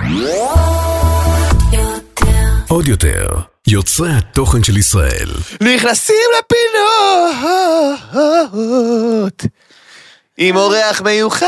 עוד יותר, יוצרי התוכן של ישראל נכנסים לפינות עם אורח מיוחד.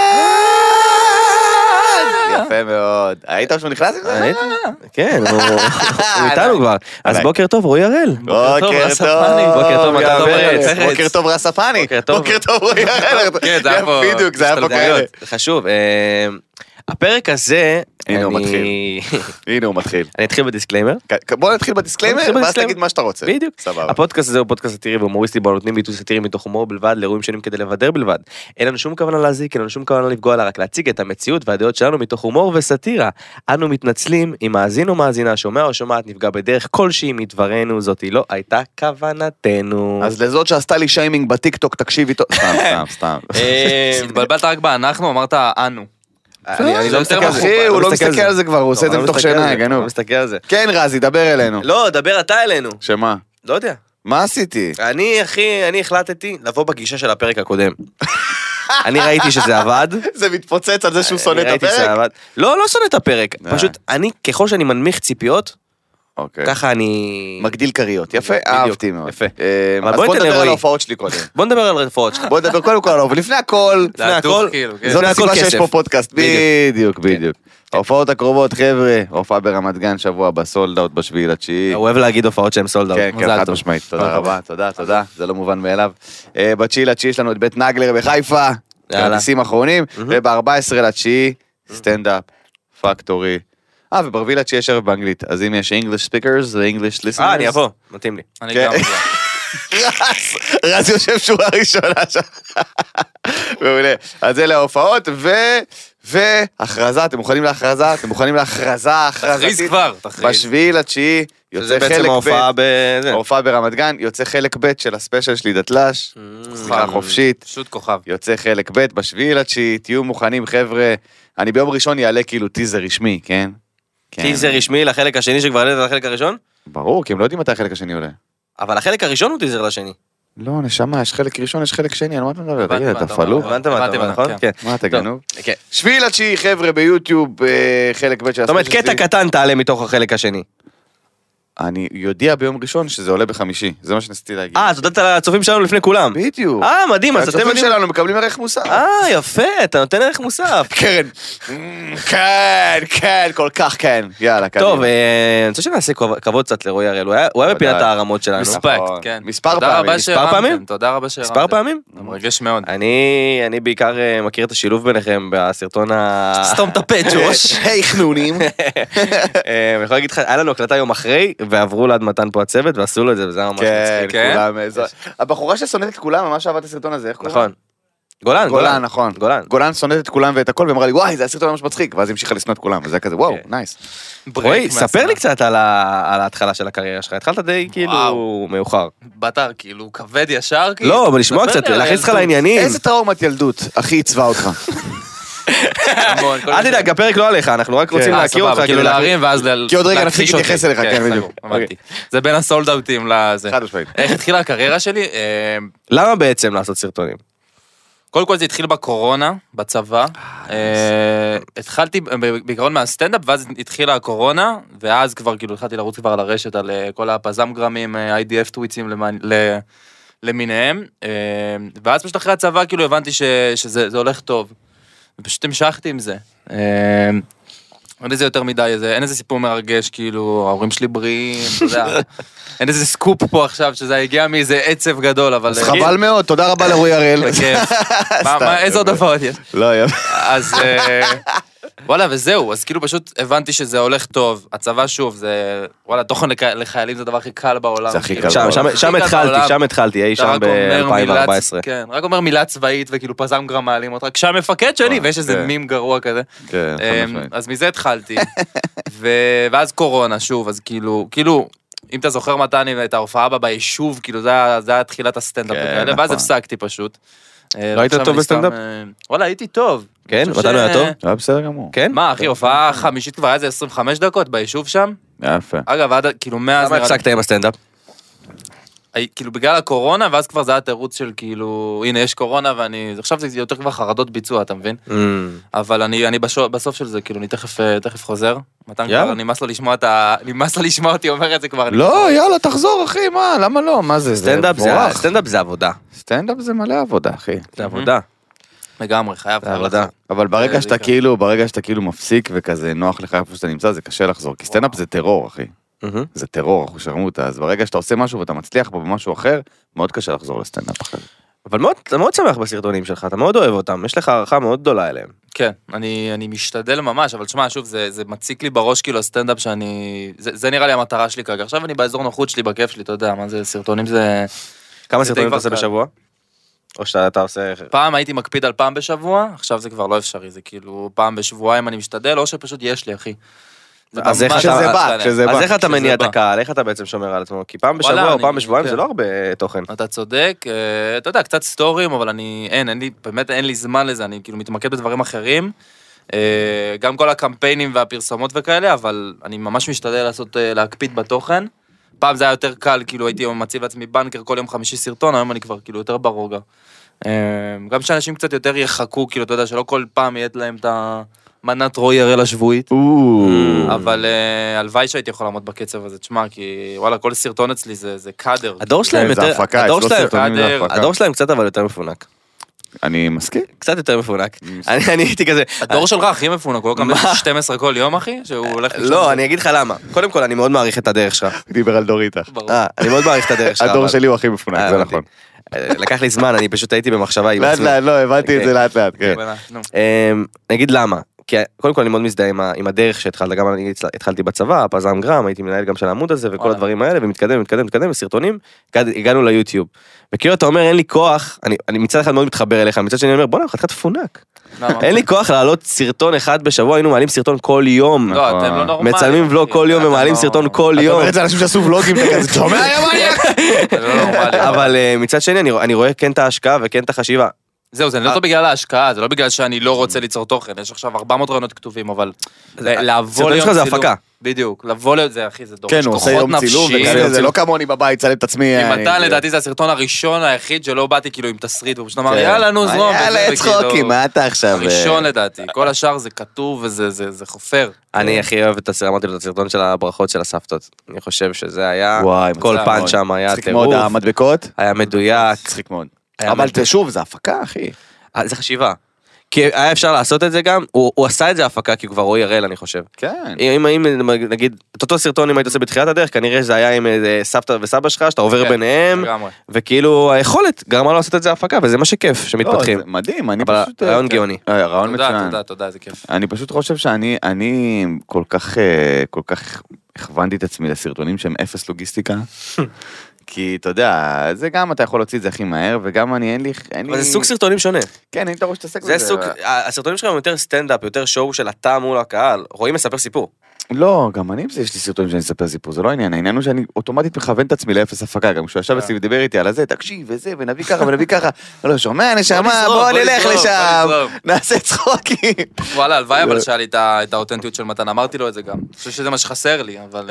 יפה מאוד. היית שהוא נכנס עם זה? כן, הוא איתנו כבר. אז בוקר טוב, רועי הראל. בוקר טוב, בוקר טוב, מתן פרץ. בוקר טוב, רספני. בוקר טוב, רועי הראל. כן, זה היה פה... בדיוק, זה היה פה כאלה. חשוב. הפרק הזה... הנה הוא מתחיל. הנה הוא מתחיל. אני אתחיל בדיסקליימר. בוא נתחיל בדיסקליימר, ואז תגיד מה שאתה רוצה. בדיוק. סבבה. הפודקאסט הזה הוא פודקאסט סאטירי והומוריסטי, בו נותנים ביטוי סאטירי מתוך הומור בלבד, לאירועים שונים כדי לבדר בלבד. אין לנו שום כוונה להזיק, אין לנו שום כוונה לפגוע, אלא רק להציג את המציאות והדעות שלנו מתוך הומור וסאטירה. אנו מתנצלים אם מאזין או מאזינה, שומע או שומעת נפגע בדרך כלשהי מדברנו, זאת לא הייתה כוונתנו. אז לזאת שעשתה לי שיימינג בטיקטוק, תקשיבי טוב. סתם. התבלבלת רק באנחנו, אמרת אנו. אני לא מסתכל על זה. אחי, הוא לא מסתכל על זה כבר, הוא עושה את זה מתוך שינה, גנוב. לא מסתכל על זה. כן, רזי, דבר אלינו. לא, דבר אתה אלינו. שמה? לא יודע. מה עשיתי? אני החלטתי לבוא בגישה של הפרק הקודם. אני ראיתי שזה עבד. זה מתפוצץ על זה שהוא שונא את הפרק? לא שונא את הפרק. פשוט, ככל שאני מנמיך ציפיות, ככה אני... מגדיל קריות, יפה, אהבתי מאוד. יפה. אז בוא נדבר על ההופעות שלי קודם. בוא נדבר על ההופעות שלך. בוא נדבר קודם כל על ההופעות, לפני הכל, זאת הסיבה שיש פה פודקאסט, בדיוק. ההופעות הקרובות, חבר'ה, הופעה ברמת גן שבוע בסולד אאוט בשביעי לתשיעי. הוא אוהב להגיד הופעות שהם סולד אאוט. כן, חד משמעית, תודה רבה, תודה, זה לא מובן מאליו. בתשיעי לתשיעי יש לנו את בית נגלר בחיפה, כרטיסים אחרונים, וב-14 לתשיעי, סטנדאפ, פקטורי. וברביעי לתשיעי יש ערב באנגלית, אז אם יש English speakers ו-English listeners... אני אבוא, מתאים לי. אני גם אבוא. רז יושב שורה ראשונה שם. מעולה. אז אלה ההופעות, והכרזה, אתם מוכנים להכרזה? אתם מוכנים להכרזה? תכריז כבר. בשביעי לתשיעי יוצא חלק ב', ההופעה ברמת גן, יוצא חלק ב' של הספיישל שלי דתל"ש, סליחה חופשית. פשוט כוכב. יוצא חלק ב' בשביעי לתשיעי, תהיו מוכנים חבר'ה. אני ביום ראשון יעלה כאילו טיזר רשמי, כן? טיזר רשמי לחלק השני שכבר עלית לחלק הראשון? ברור, כי הם לא יודעים מתי החלק השני עולה. אבל החלק הראשון הוא טיזר לשני. לא, נשמה, יש חלק ראשון, יש חלק שני, על מה אתה מדבר? תגיד, אתה פלוק? הבנת מה אתה אומר, נכון? מה אתה גנוב? שביעי לתשיעי, חבר'ה, ביוטיוב, חלק ב' של... זאת אומרת, קטע קטן תעלה מתוך החלק השני. אני יודע ביום ראשון שזה עולה בחמישי, זה מה שניסיתי להגיד. אז הודעת לצופים שלנו לפני כולם. בדיוק. מדהים, אז אתם הצופים שלנו מקבלים ערך מוסף. יפה, אתה נותן ערך מוסף. כן, כל כך כן. יאללה, קדימה. טוב, אני רוצה שנעשה כבוד קצת לרועי הראל, הוא היה בפינת הערמות שלנו. מספקט, כן. מספר פעמים. תודה רבה שהרמתם. מספר פעמים? מרגש מאוד. אני בעיקר מכיר את השילוב ביניכם בסרטון סתום את הפה, ג'וש. היי חנונים. אני יכול להגיד לך, היה לנו הקלטה יום אחרי, ועברו ליד מתן פה הצוות, ועשו לו את זה, וזה ממש מצחיק. כן, כולם. הבחורה ששונאת את כולם, ממש אהבה את הסרטון הזה, איך קוראים? נכון. גולן, נכון. גולן שונאת את כולם ואת הכל, ואמרה לי, וואי, זה הסרטון ממש מצחיק, ואז המשיכה לשנוא את כולם, וזה כזה, וואו, נייס. רועי, ספר לי קצת על ההתחלה של הקריירה שלך, התחלת די כאילו מאוחר. בתר, כאילו, כבד ישר, כאילו. לא, אבל לשמוע קצת, להכניס לך לעניינים. איזה טראומת ילדות, הכי עיצבה אותך? אל תדאג, הפרק לא עליך, אנחנו רק רוצים להכיר אותך, כאילו להרים ואז כי עוד רגע נפסיק להתייחס אליך, כן, בדיוק. זה בין הסולדאוטים לזה. חד משמעית. איך התחילה הקריירה שלי? למה בעצם לעשות סרטונים? קודם כל זה התחיל בקורונה, בצבא. התחלתי בעיקרון מהסטנדאפ, ואז התחילה הקורונה, ואז כבר כאילו התחלתי לרוץ כבר על הרשת, על כל הפזם גרמים, IDF טוויצים למיניהם. ואז פשוט אחרי הצבא כאילו הבנתי שזה הולך טוב. ופשוט המשכתי עם זה. אין איזה יותר מדי, אין איזה סיפור מרגש, כאילו, ההורים שלי בריאים, אתה יודע, אין איזה סקופ פה עכשיו, שזה הגיע מאיזה עצב גדול, אבל... אז חבל מאוד, תודה רבה לרועי הראל. איזה עוד הופעות יש? לא, יפה. אז... וואלה, וזהו, אז כאילו פשוט הבנתי שזה הולך טוב, הצבא שוב, זה... וואלה, תוכן לחיילים זה הדבר הכי קל בעולם. זה הכי קל בעולם. שם התחלתי, אי שם ב-2014. כן, רק אומר מילה צבאית וכאילו פזם גרם מעלים אותך, כשהמפקד שלי, ויש איזה מים גרוע כזה. כן, אז מזה התחלתי. ואז קורונה, שוב, אז כאילו, אם אתה זוכר מתני את ההופעה בה ביישוב, כאילו זה היה תחילת הסטנדאפ וכאלה, ואז הפסקתי פשוט. לא היית טוב בסטנדאפ? וואלה, הייתי טוב. כן? מתן היה טוב? היה בסדר גמור. כן? מה, אחי, הופעה חמישית כבר היה איזה 25 דקות ביישוב שם? יפה. אגב, כאילו מאז... למה הפסקת עם הסטנדאפ? כאילו בגלל הקורונה, ואז כבר זה היה תירוץ של כאילו, הנה יש קורונה, עכשיו זה יותר כבר חרדות ביצוע, אתה מבין? אבל אני בסוף של זה, כאילו, אני תכף חוזר. מתן כבר נמאס לו לשמוע אותי אומר את זה כבר. לא, יאללה, תחזור, אחי, מה, למה לא? מה זה? סטנדאפ זה עבודה. סטנדאפ זה מלא עבודה, אחי. זה עבודה. לגמרי, חייב. אבל ברגע שאתה כאילו מפסיק וכזה נוח לך איפה שאתה נמצא, זה קשה לחזור, כי סטנדאפ זה טרור, אחי. זה טרור, אנחנו שרמותה, אז ברגע שאתה עושה משהו ואתה מצליח בו במשהו אחר, מאוד קשה לחזור לסטנדאפ אחר. אבל אתה מאוד שמח בסרטונים שלך, אתה מאוד אוהב אותם, יש לך הערכה מאוד גדולה אליהם. כן, אני משתדל ממש, אבל תשמע, שוב, זה מציק לי בראש כאילו הסטנדאפ שאני, זה נראה לי המטרה שלי כרגע, עכשיו אני באזור נוחות שלי, בכיף שלי, אתה יודע, מה זה, סרטונים זה... כמה סרטונים אתה עושה בשבוע? או שאתה עושה... פעם הייתי מקפיד על פעם בשבוע, עכשיו זה כבר לא אפשרי, זה כאילו פעם בשבועיים אני משתדל, או שפשוט יש לי, אחי. אז איך אתה מניע את הקהל, איך אתה בעצם שומר על עצמו? כי פעם בשבוע או פעם בשבועיים זה לא הרבה תוכן. אתה צודק, אתה יודע, קצת סטורים, אבל באמת אין לי זמן לזה, אני כאילו מתמקד בדברים אחרים, גם כל הקמפיינים והפרסומות וכאלה, אבל אני ממש משתדל להקפיד בתוכן. פעם זה היה יותר קל, כאילו הייתי מציב לעצמי בנקר כל יום 5 סרטון, היום אני כבר כאילו יותר ברוגע. גם שאנשים קצת יותר יחכו, כאילו אתה יודע שלא כל פעם יהיה להם את המנת רוי הראל השבועית, אבל הלוואי שהייתי יכול לעמוד בקצב הזה, תשמע, כי וואלה, כל סרטון אצלי זה קאדר. הדור שלהם קצת אבל יותר מפונק. אני מסכים. קצת יותר מפונק. אני הייתי כזה... הדור שלך הכי מפונק, הוא לא קם 12 כל יום, אחי? לא, אני אגיד לך למה. קודם כל, אני מאוד מעריך את הדרך שלך. דיבר על דור איתך. אני מאוד מעריך את הדרך שלך. הדור שלי הוא הכי מפונק, זה נכון. לקח לי זמן, אני פשוט הייתי במחשבה. לאט לאט, לא, הבנתי את זה לאט לאט, כן. נגיד למה. כי קודם כל אני מאוד מזדהה עם הדרך שהתחלת, גם אני התחלתי בצבא, פזם גרם, הייתי מנהל גם של העמוד הזה וכל הדברים האלה, ומתקדם, בסרטונים, הגענו ליוטיוב. וכאילו אתה אומר, אין לי כוח, אני מצד אחד מאוד מתחבר אליך, מצד שני אומר, בוא נח, חתיכת פונק. אין לי כוח לעלות סרטון אחד בשבוע, היינו מעלים סרטון כל יום. לא, אתם לא נורמלים. מצלמים ולוג כל יום ומעלים סרטון כל יום. אתה אומר את זה אנשים שעשו ולוגים, אתה שומע, אבל מצד שני אני רואה כן את ההשקעה וכן את החשיבה. זהו, זה לא בגלל ההשקעה, זה לא בגלל שאני לא רוצה ליצור תוכן, יש עכשיו 400 רעיונות כתובים, אבל לבוא להיות צילום, זה הפקה. בדיוק, לבוא להיות זה, אחי, זה דורש כן, הוא עושה יום צילום, זה לא כמוני בבית, צלם את עצמי. עם מתן, לדעתי, זה הסרטון הראשון היחיד שלא באתי כאילו עם תסריט, הוא פשוט אמר, יאללה, נו, זרום. יאללה, צחוקים, מה אתה עכשיו? הראשון לדעתי, כל השאר זה כתוב וזה חופר. אני הכי אוהב את הסרטון של הברכות של הסבתות. אני חושב שזה היה, כל פאנץ' שם היה טירוף. המדבקות? היה מדויק. צחיק מאוד. אבל שוב, זה הפקה, אחי. זה חשיבה. כי היה אפשר לעשות את זה גם, הוא עשה את זה הפקה, כי הוא כבר רואי הראל, אני חושב. כן. אם נגיד, את אותו סרטון, אם היית עושה בתחילת הדרך, כנראה שזה היה עם סבתא וסבא שלך, שאתה עובר ביניהם, וכאילו היכולת גרמה לו לעשות את זה הפקה, וזה מה שכיף, שמתפתחים. לא, מדהים, אני פשוט... רעיון גאוני. רעיון מצוין. תודה, זה כיף. אני פשוט חושב שאני כל כך הכוונתי את עצמי לסרטונים שהם אפס לוגיסטיקה. כי אתה יודע, זה גם אתה יכול להוציא את זה הכי מהר, וגם אין לי... אבל זה סוג סרטונים שונה. כן, אין את הראש שתעסק בזה. זה סוג, הסרטונים שלהם יותר סטנדאפ, יותר שואו של אתה מול הקהל. רואים מספר סיפור. לא, גם אני, יש לי סרטונים שאני אספר סיפור, זה לא העניין. העניין הוא שאני אוטומטית מכוון את עצמי לאפס הפקה, גם כשהוא ישב אצלי ודיבר איתי על זה, תקשיב וזה, ונביא ככה ונביא ככה. לא, שומע, נשמה, בוא נלך לשם, נעשה צחוקים. וואלה, הלוואי אבל שהיה לי את האותנטיות של מתן, אמרתי לו את זה גם. אני חושב שזה מה שחסר לי, אבל...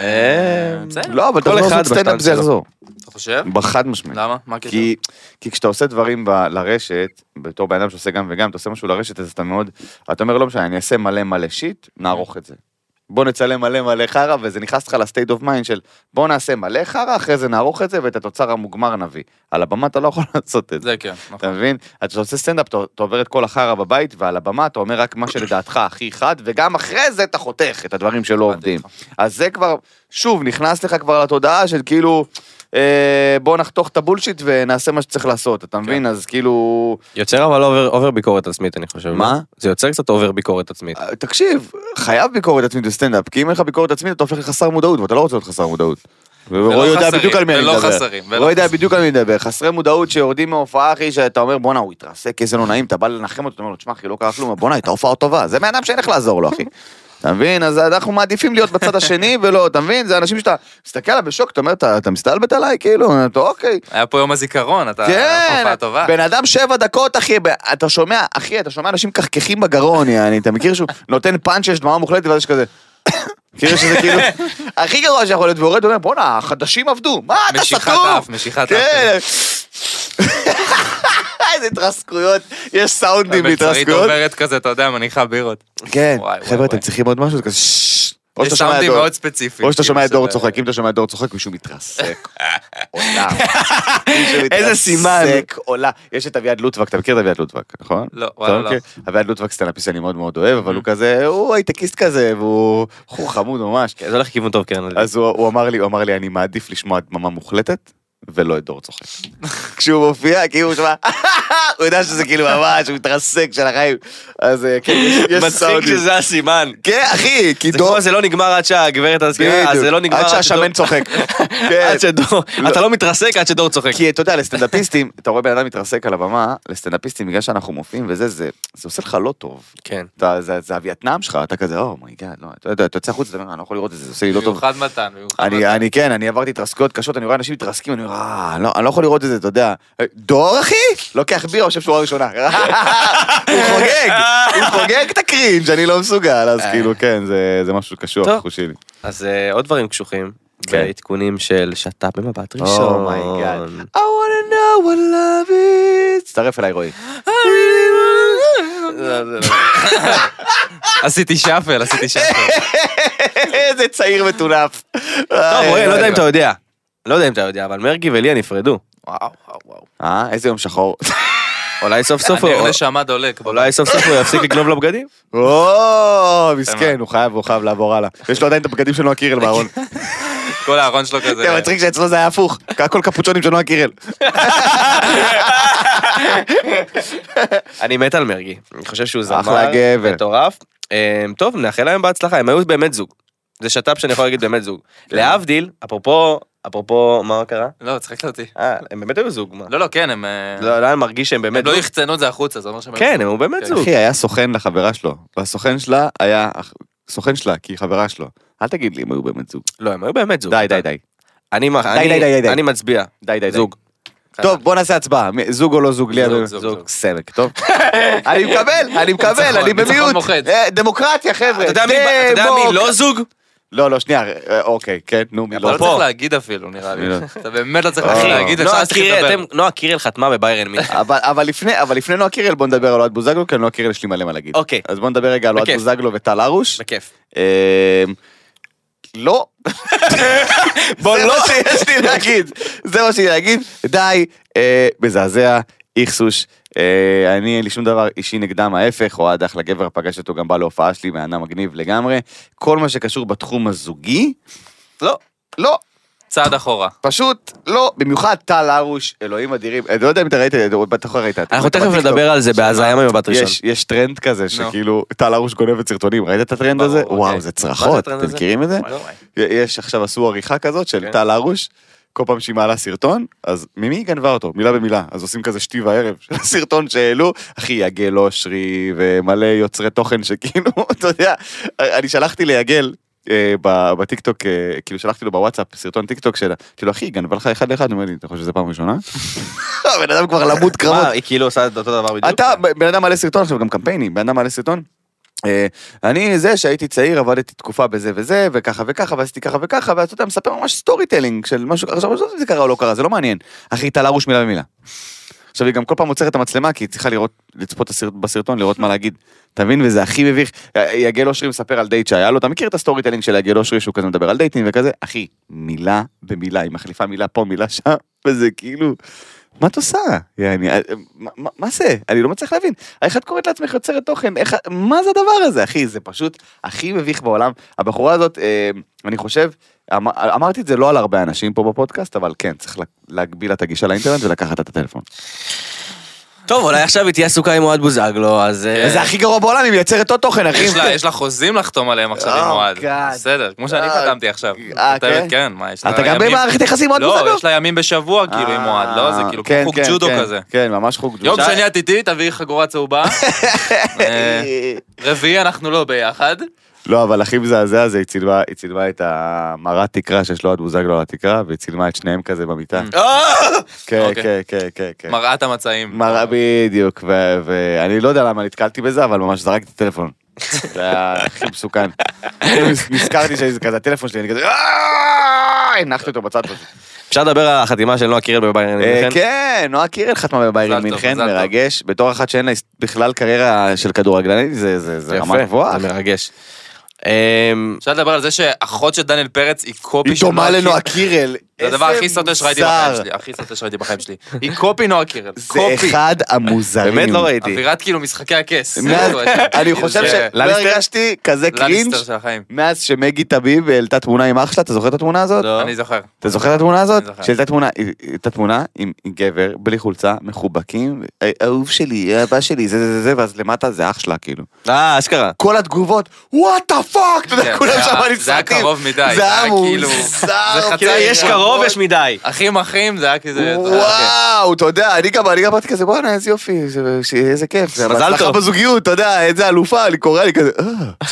לא, אבל כל אחד בסטנדאפ זה יחזור. אתה חושב? בחד משמעית. למה? מה הקטע? כי כשאתה עושה דברים לרשת, בתור בן אדם שעושה גם וגם, אתה עושה משהו לרשת, אז אתה אומר, לא משנה, אני אעשה מלא שיט, נערוך את זה. בוא נצלם מלא חרה, וזה נכנס לך לסטייט אוף מיינד של בוא נעשה מלא חרה, אחרי זה נערוך את זה, ואת התוצר המוגמר נביא. על הבמה אתה לא יכול לעשות את זה. זה כן, נכון. אתה מבין? אתה עושה סטנדאפ, אתה עובר את כל החרה בבית, ועל הבמה אתה אומר רק מה שלדעתך הכי חד, וגם אחרי זה אתה חותך את הדברים שלא עובדים. אז זה כבר, שוב, נכנס לך כבר לתודעה של כאילו, בוא נחתוך את הבולשיט ונעשה מה שצריך לעשות, אתה מבין? אז כאילו... יוצר אבל אובר ביקורת עצמית, אני חושב. מה? זה יוצר קצת אובר ביקורת עצמית. תקשיב, חייב ביקורת עצמית בסטנדאפ, כי אם אין לך ביקורת עצמית, אתה הופך לחסר מודעות, ואתה לא רוצה להיות חסר מודעות. ורועי יודע בדיוק על מי אני מדבר. רועי יודע בדיוק על מי מדבר. חסרי מודעות שיורדים מההופעה, אחי, שאתה אומר, בונה, הוא התרסק, איזה לא נעים, אתה בא לנחם אותו, אתה אומר לו, תשמע, אחי, לא קרה כלום, בונה, הייתה הופעה טובה. זה מאדם שאין איך לעזור לו, אחי. אתה מבין? אז אנחנו מעדיפים להיות בצד השני, ולא, אתה מבין? זה אנשים שאתה מסתכל עליו בשוק, אתה אומר, אתה מסתלבט עליי, כאילו, אתה אוקיי. היה פה יום הזיכרון, אתה הופעה טובה. בן אדם 7 דקות, אחי, אתה שומע אנשים קחקחים בגרון, אתה מכיר שהוא נותן פאנץ' יש דממה מוחלטת, ואז יש כזה, כאילו שזה כאילו, הכי גרוע שיכול להיות, ויורד ואומר, בוא'נה, החדשים עבדו, מה אתה סתום? משיכת כן. איזה התרסקויות, יש סאונדים המלצרית להתרסקויות. עוברת כזה, אתה יודע, מניחה בירות. כן, וואי, חבר'ה, וואי, אתם צריכים עוד משהו, זה כזה או יש שאתה שומע את סאונדים דור- מאוד ספציפיים. או שאתה שומע את כאילו, דור שזה- צוחק, אם אתה שומע את דור צוחק, מישהו מתרסק. עולה. מישהו איזה סימן. מתרסק, עולה. יש את אביעד לוטבק, אתה מכיר את אביעד לוטבק, נכון? לא, אתה וואלה, לא. מכיר? אביעד לוטבק סטנדאפיסט אני מאוד מאוד אוהב, אבל הוא כזה, הוא הייטקיסט כזה, והוא חמוד ממש. זה הולך לכיוון טוב, קרן. אז הוא אמר לי, אני מעדיף לשמוע דממה מוחלטת, ולא את דור צוחק. כשהוא מופיע, כאילו הוא שמע, הוא יודע שזה כאילו ממש, הוא מתרסק של החיים. אז כן, יש מצחיק סאונדים. שזה הסימן. כן, אחי, כי זה דור... כמו זה לא נגמר עד שהגברת תזכירה, אז זה לא נגמר עד שהשמן צוחק. כן. עד שדור, אתה לא מתרסק עד שדור צוחק. כי אתה יודע, לסטנדאפיסטים, אתה רואה בן אדם מתרסק על הבמה, לסטנדאפיסטים, בגלל שאנחנו מופיעים וזה, זה עושה לך לא טוב. כן. זה הווייטנאם שלך, אתה כזה, אומייגאד, לא, אתה יודע, אתה יוצא החוץ, אני לא יכול לראות את זה, זה עושה לי לא טוב. במיוחד מתן, במיוחד מתן. אני כן, אני עברתי התרסקויות קשות, אני רואה אנשים מתרסקים, אני אומר, אני לא יכול לראות את זה, אתה יודע. דור, אחי? לוקח בירה, יושב שורה ראשונה. הוא חוגג את הקרינג', אני לא מסוגל, אז כאילו, כן, זה משהו קשוח, טוב. חושי לי. אז עוד דברים קשוחים, כן. בעדכונים של שת"פ במבט ראשון. אומייגאד. I wanna know what love is. תצטרף אליי, רועי. עשיתי שפל. איזה צעיר מטונף. טוב, רועי, לא יודע אם אתה יודע. לא יודע אם אתה יודע, אבל מרגי וליה נפרדו. וואו. איזה יום שחור. אולי סוף סוף אני עולה שעמד דולק. אולי סוף סוף הוא יפסיק לגנוב לו בגדים? מסכן, הוא חייב לעבור הלאה. יש לו עדיין את הבגדים של נועה קירל בארון. כל הארון שלו כזה. זה מצחיק שאצלו זה היה הפוך. הכל קפוצ'ונים של נועה קירל. אני מת על מרגי. אני חושב שהוא אחלה זמר גבר. מטורף. טוב, נאחל להם בהצלחה, הם היו באמת זוג. זה שת"פ שאני יכול להגיד באמת זוג. להבדיל, אפרופו, מה קרה? לא, צחקת אותי. הם באמת היו זוג, מה? לא, כן, הם... לא, אני מרגיש שהם באמת הם לא זוג. יחצנו את זה החוצה, זה אומר שהם... כן, הם היו באמת זוג. אחי, היה סוכן לחברה שלו. והסוכן שלה היה... סוכן שלה, כי היא חברה שלו. אל תגיד לי אם היו באמת זוג. לא, הם היו באמת זוג. די. אני מצביע. די. זוג. טוב, בוא נעשה הצבעה. זוג או לא זוג? לי זוג. סמק, טוב? אני מקבל, אני במיעוט. ניצחון מוחץ. דמוקרטיה, חבר'ה. אתה יודע מי לא זוג? לא, שנייה, אוקיי, כן, נו, מי אתה לא? לא צריך להגיד אפילו, נראה לי. אתה באמת לא צריך להגיד, אפשר נועה להסכים לדבר. נועה קירל חתמה בביירן מינכן. אבל לפני נועה קירל בוא נדבר על אוהד בוזגלו, כי נועה קירל יש לי מלא מה להגיד. אוקיי. אז בוא נדבר רגע על אוהד בכיף. בוזגלו וטל הרוש. בכיף. לא. בוא, זה לא. מה שיש לי להגיד. זה מה שיש לי להגיד. די, מזעזע, איכסוש. אני אין לי שום דבר אישי נגדם, ההפך, אוהד אחלה גבר, פגש אותו גם בא להופעה שלי, מהנה מגניב לגמרי. כל מה שקשור בתחום הזוגי, לא. צעד אחורה. פשוט לא, במיוחד טל הרוש, אלוהים אדירים, אני לא יודע אם אתה ראית, בטח ראית. אנחנו תכף נדבר על זה בהזיה ממבט ראשון. יש טרנד כזה שכאילו טל הרוש גונבת סרטונים, ראית את הטרנד הזה? ברור, וואו, כן. זה מה צרחות, זה הטרנד אתם הזה? מכירים את זה? וואי. יש עכשיו עשו עריכה כזאת של כן. טל הרוש, כל פעם שהיא מעלה סרטון, אז ממי היא גנבה אותו? מילה במילה, אז עושים כזה שתי וערב של הסרטון שהעלו, אחי יגל אושרי ומלא יוצרי תוכן שכאילו, אתה יודע, אני שלחתי ליגל, בטיקטוק, כאילו שלחתי לו בוואטסאפ סרטון טיקטוק שלה, כאילו אחי, גנבה לך אחד לאחד, אני אומר לי, אתה חושב שזה פעם ראשונה? בן אדם כבר למות קרבות. מה, היא כאילו עושה את אותו דבר בדיוק? אתה, בן אדם מעלה סרטון, עכשיו גם קמפיינים, בן אדם מעלה סרטון, אני זה שהייתי צעיר, עבדתי תקופה בזה וזה, וככה וככה, ועשיתי ככה וככה, ואתה יודע, מספר ממש סטורי טלינג של משהו, עכשיו, לא זה קרה או לא קרה, זה לא מעניין. אחי, טל הרוש מילה במילה. עכשיו, היא גם כל פעם עוצרת את המצלמה, כי היא צריכה לצפות בסרטון, לראות מה להגיד. אתה מבין? וזה הכי מביך. יגל אושרי מספר על דייט שהיה לו, אתה מכיר את הסטורי טלינג של יגל אושרי, שהוא כזה מדבר על דייטים וכזה? אחי, מילה במילה, היא מחליפה מילה פה, מילה שם, וזה כאילו... מה את עושה? מה זה? אני לא מצליח להבין. איך את קוראת לעצמך יוצרת תוכן? מה זה הדבר הזה, אחי? זה פשוט הכי מביך בעולם. הבחורה הזאת, אני חושב, אמרתי את זה לא על הרבה אנשים פה בפודקאסט, אבל כן, צריך להגביל את הגישה לאינטרנט ולקחת את הטלפון. טוב, אולי עכשיו היא תהיה עסוקה עם אוהד בוזגלו, אז... זה הכי גרוע בעולם, היא מייצרת עוד תוכן, אחי. יש לה חוזים לחתום עליהם עכשיו עם אוהד. בסדר, כמו שאני חתמתי עכשיו. כן? כן, מה, יש לה אתה גם ימים- במערכת יחסים מאוד בוזגלו? לא, יש לה ימים בשבוע כאילו עם אוהד, לא? זה כאילו כן, חוג כן, ג'ודו כן, כזה. כן, ממש חוג ג'ודו. יום שני את איתי, תביאי חגורה צהובה. רביעי אנחנו לא ביחד. לא, אבל הכי מזעזע זה, היא צילמה את המרת תקרה שיש לו אוהד בוזגלו על התקרה, והיא צילמה את שניהם כזה במיטה. כן, אוקיי. כן. מראת המצעים. מראה בדיוק, ואני לא יודע למה נתקלתי בזה, אבל ממש זרקתי את הטלפון. זה היה הכי מסוכן. נזכרתי שזה כזה הטלפון שלי, אני כזה, הנחתי אותו בצד פשוט. אפשר לדבר על החתימה של נועה קירל בביירן מינכן? כן, נועה קירל חתמה בביירן מינכן, מרגש, בתור אחת שאין לה בכלל קריירה של כדורגלנית, זה רמה גבוהה. זה מרגש. אפשר לדבר על זה שאחות של דניאל פרץ היא קופי של נועה קירל. היא דומה לנועה קירל. זה הדבר הכי סוטה שראיתי בחיים שלי, הכי סוטה שראיתי בחיים שלי. היא קופי נועה קירל. זה אחד המוזרים. באמת לא ראיתי. אווירת כאילו משחקי הכס. אני חושב שלא הרגשתי כזה קרינג' מאז שמגי טביב העלתה תמונה עם אח שלה, אתה זוכר את התמונה הזאת? אני זוכר. אתה זוכר את התמונה הזאת? שהעלתה תמונה עם גבר, בלי חולצה, מחובקים, אהוב שלי, אבא שלי, זה, ואז למטה זה אח שלה כאילו. אשכרה. כל התגובות, what the fuck, אתה יודע, כולם שם נצחקים. זה היה קרוב מדי. זה היה מוזר. יש קרוב, יש מדי. אחים, זה היה כזה... וואו, אתה יודע, אני גם באתי כזה, בוא'נה, איזה יופי, איזה כיף. מזל טוב. בזוגיות, אתה יודע, איזה אלופה, אני קורא לי כזה,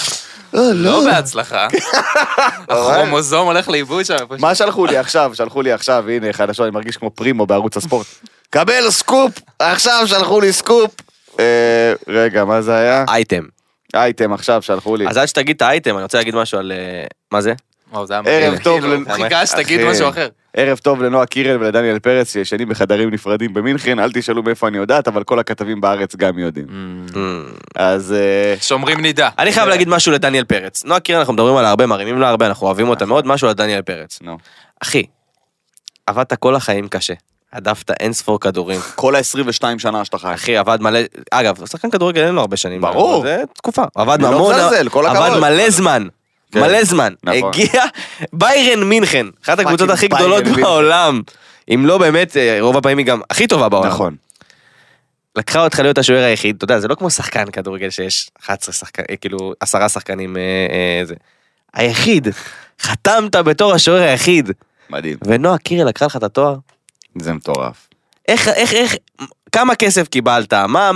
לא בהצלחה. הכרומוזום הולך לאיבוד שם. מה שלחו לי עכשיו, הנה, חדשות, אני מרגיש כמו פרימו בערוץ הספורט. קבל סקופ, עכשיו שלחו לי סקופ. רגע, מה זה היה? אייטם עכשיו שלחו לי. אז עד שתגיד את האייטם, אני רוצה להגיד משהו על... מה זה? ערב טוב. חיכה שתגיד משהו אחר. ערב טוב לנועה קירל ולדניאל פרץ שישנים בחדרים נפרדים במינכן, אל תשאלו מאיפה אני יודעת, אבל כל הכתבים בארץ גם יודעים. אז... שומרים נידה. אני חייב להגיד משהו לדניאל פרץ. נועה קירל אנחנו מדברים עליה הרבה, מרימים לה הרבה, אנחנו אוהבים אותה מאוד, משהו לדניאל פרץ. אחי, עבדת כל החיים קשה. עדפת אין ספור כדורים. כל ה-22 שנה שאתה חי. אחי, עבד מלא... אגב, שחקן כדורגל אין לו הרבה שנים. ברור. זה תקופה. עבד מלא זמן. מלא זמן. הגיע ביירן מינכן, אחת הקבוצות הכי גדולות בעולם. אם לא באמת, רוב הפעמים היא גם הכי טובה בעולם. נכון. לקחה אותך להיות השוער היחיד, אתה יודע, זה לא כמו שחקן כדורגל שיש 11 שחקנים, כאילו 10 שחקנים, זה. היחיד, חתמת בתור השוער היחיד. מדהים. ונועה קירל לקחה לך את התואר. זה מטורף. איך, כמה כסף קיבלת?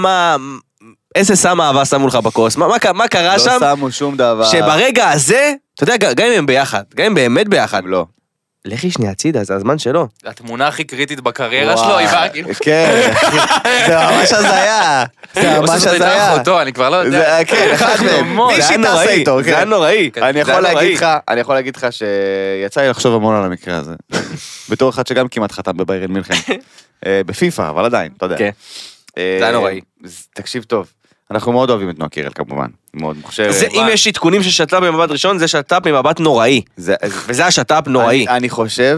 איזה סם אהבה שמו לך בכוס? מה קרה שם? לא שמו שום דבר. שברגע הזה, אתה יודע, גם אם הם ביחד, גם אם באמת ביחד. לא. לכי שנייה הצידה, זה הזמן שלו. התמונה הכי קריטית בקריירה שלו, היא באה כאילו... כן, זה ממש הזיה. זה ממש הזיה. אני כבר לא יודע. כן, אחד מהם. מישהי תעשה איתו. זה היה נוראי. אני יכול להגיד לך שיצא לי לחשוב המון על המקרה הזה. בתור אחד שגם כמעט חתם בביירן מינכן. בפיפה, אבל עדיין, אתה יודע. זה היה נוראי. תקשיב טוב. אנחנו מאוד אוהבים את נועה קירל כמובן, מאוד מוכשרת. אם יש עדכונים ששת"פ במבט ראשון, זה שת"פ ממבט נוראי. וזה השת"פ נוראי. אני חושב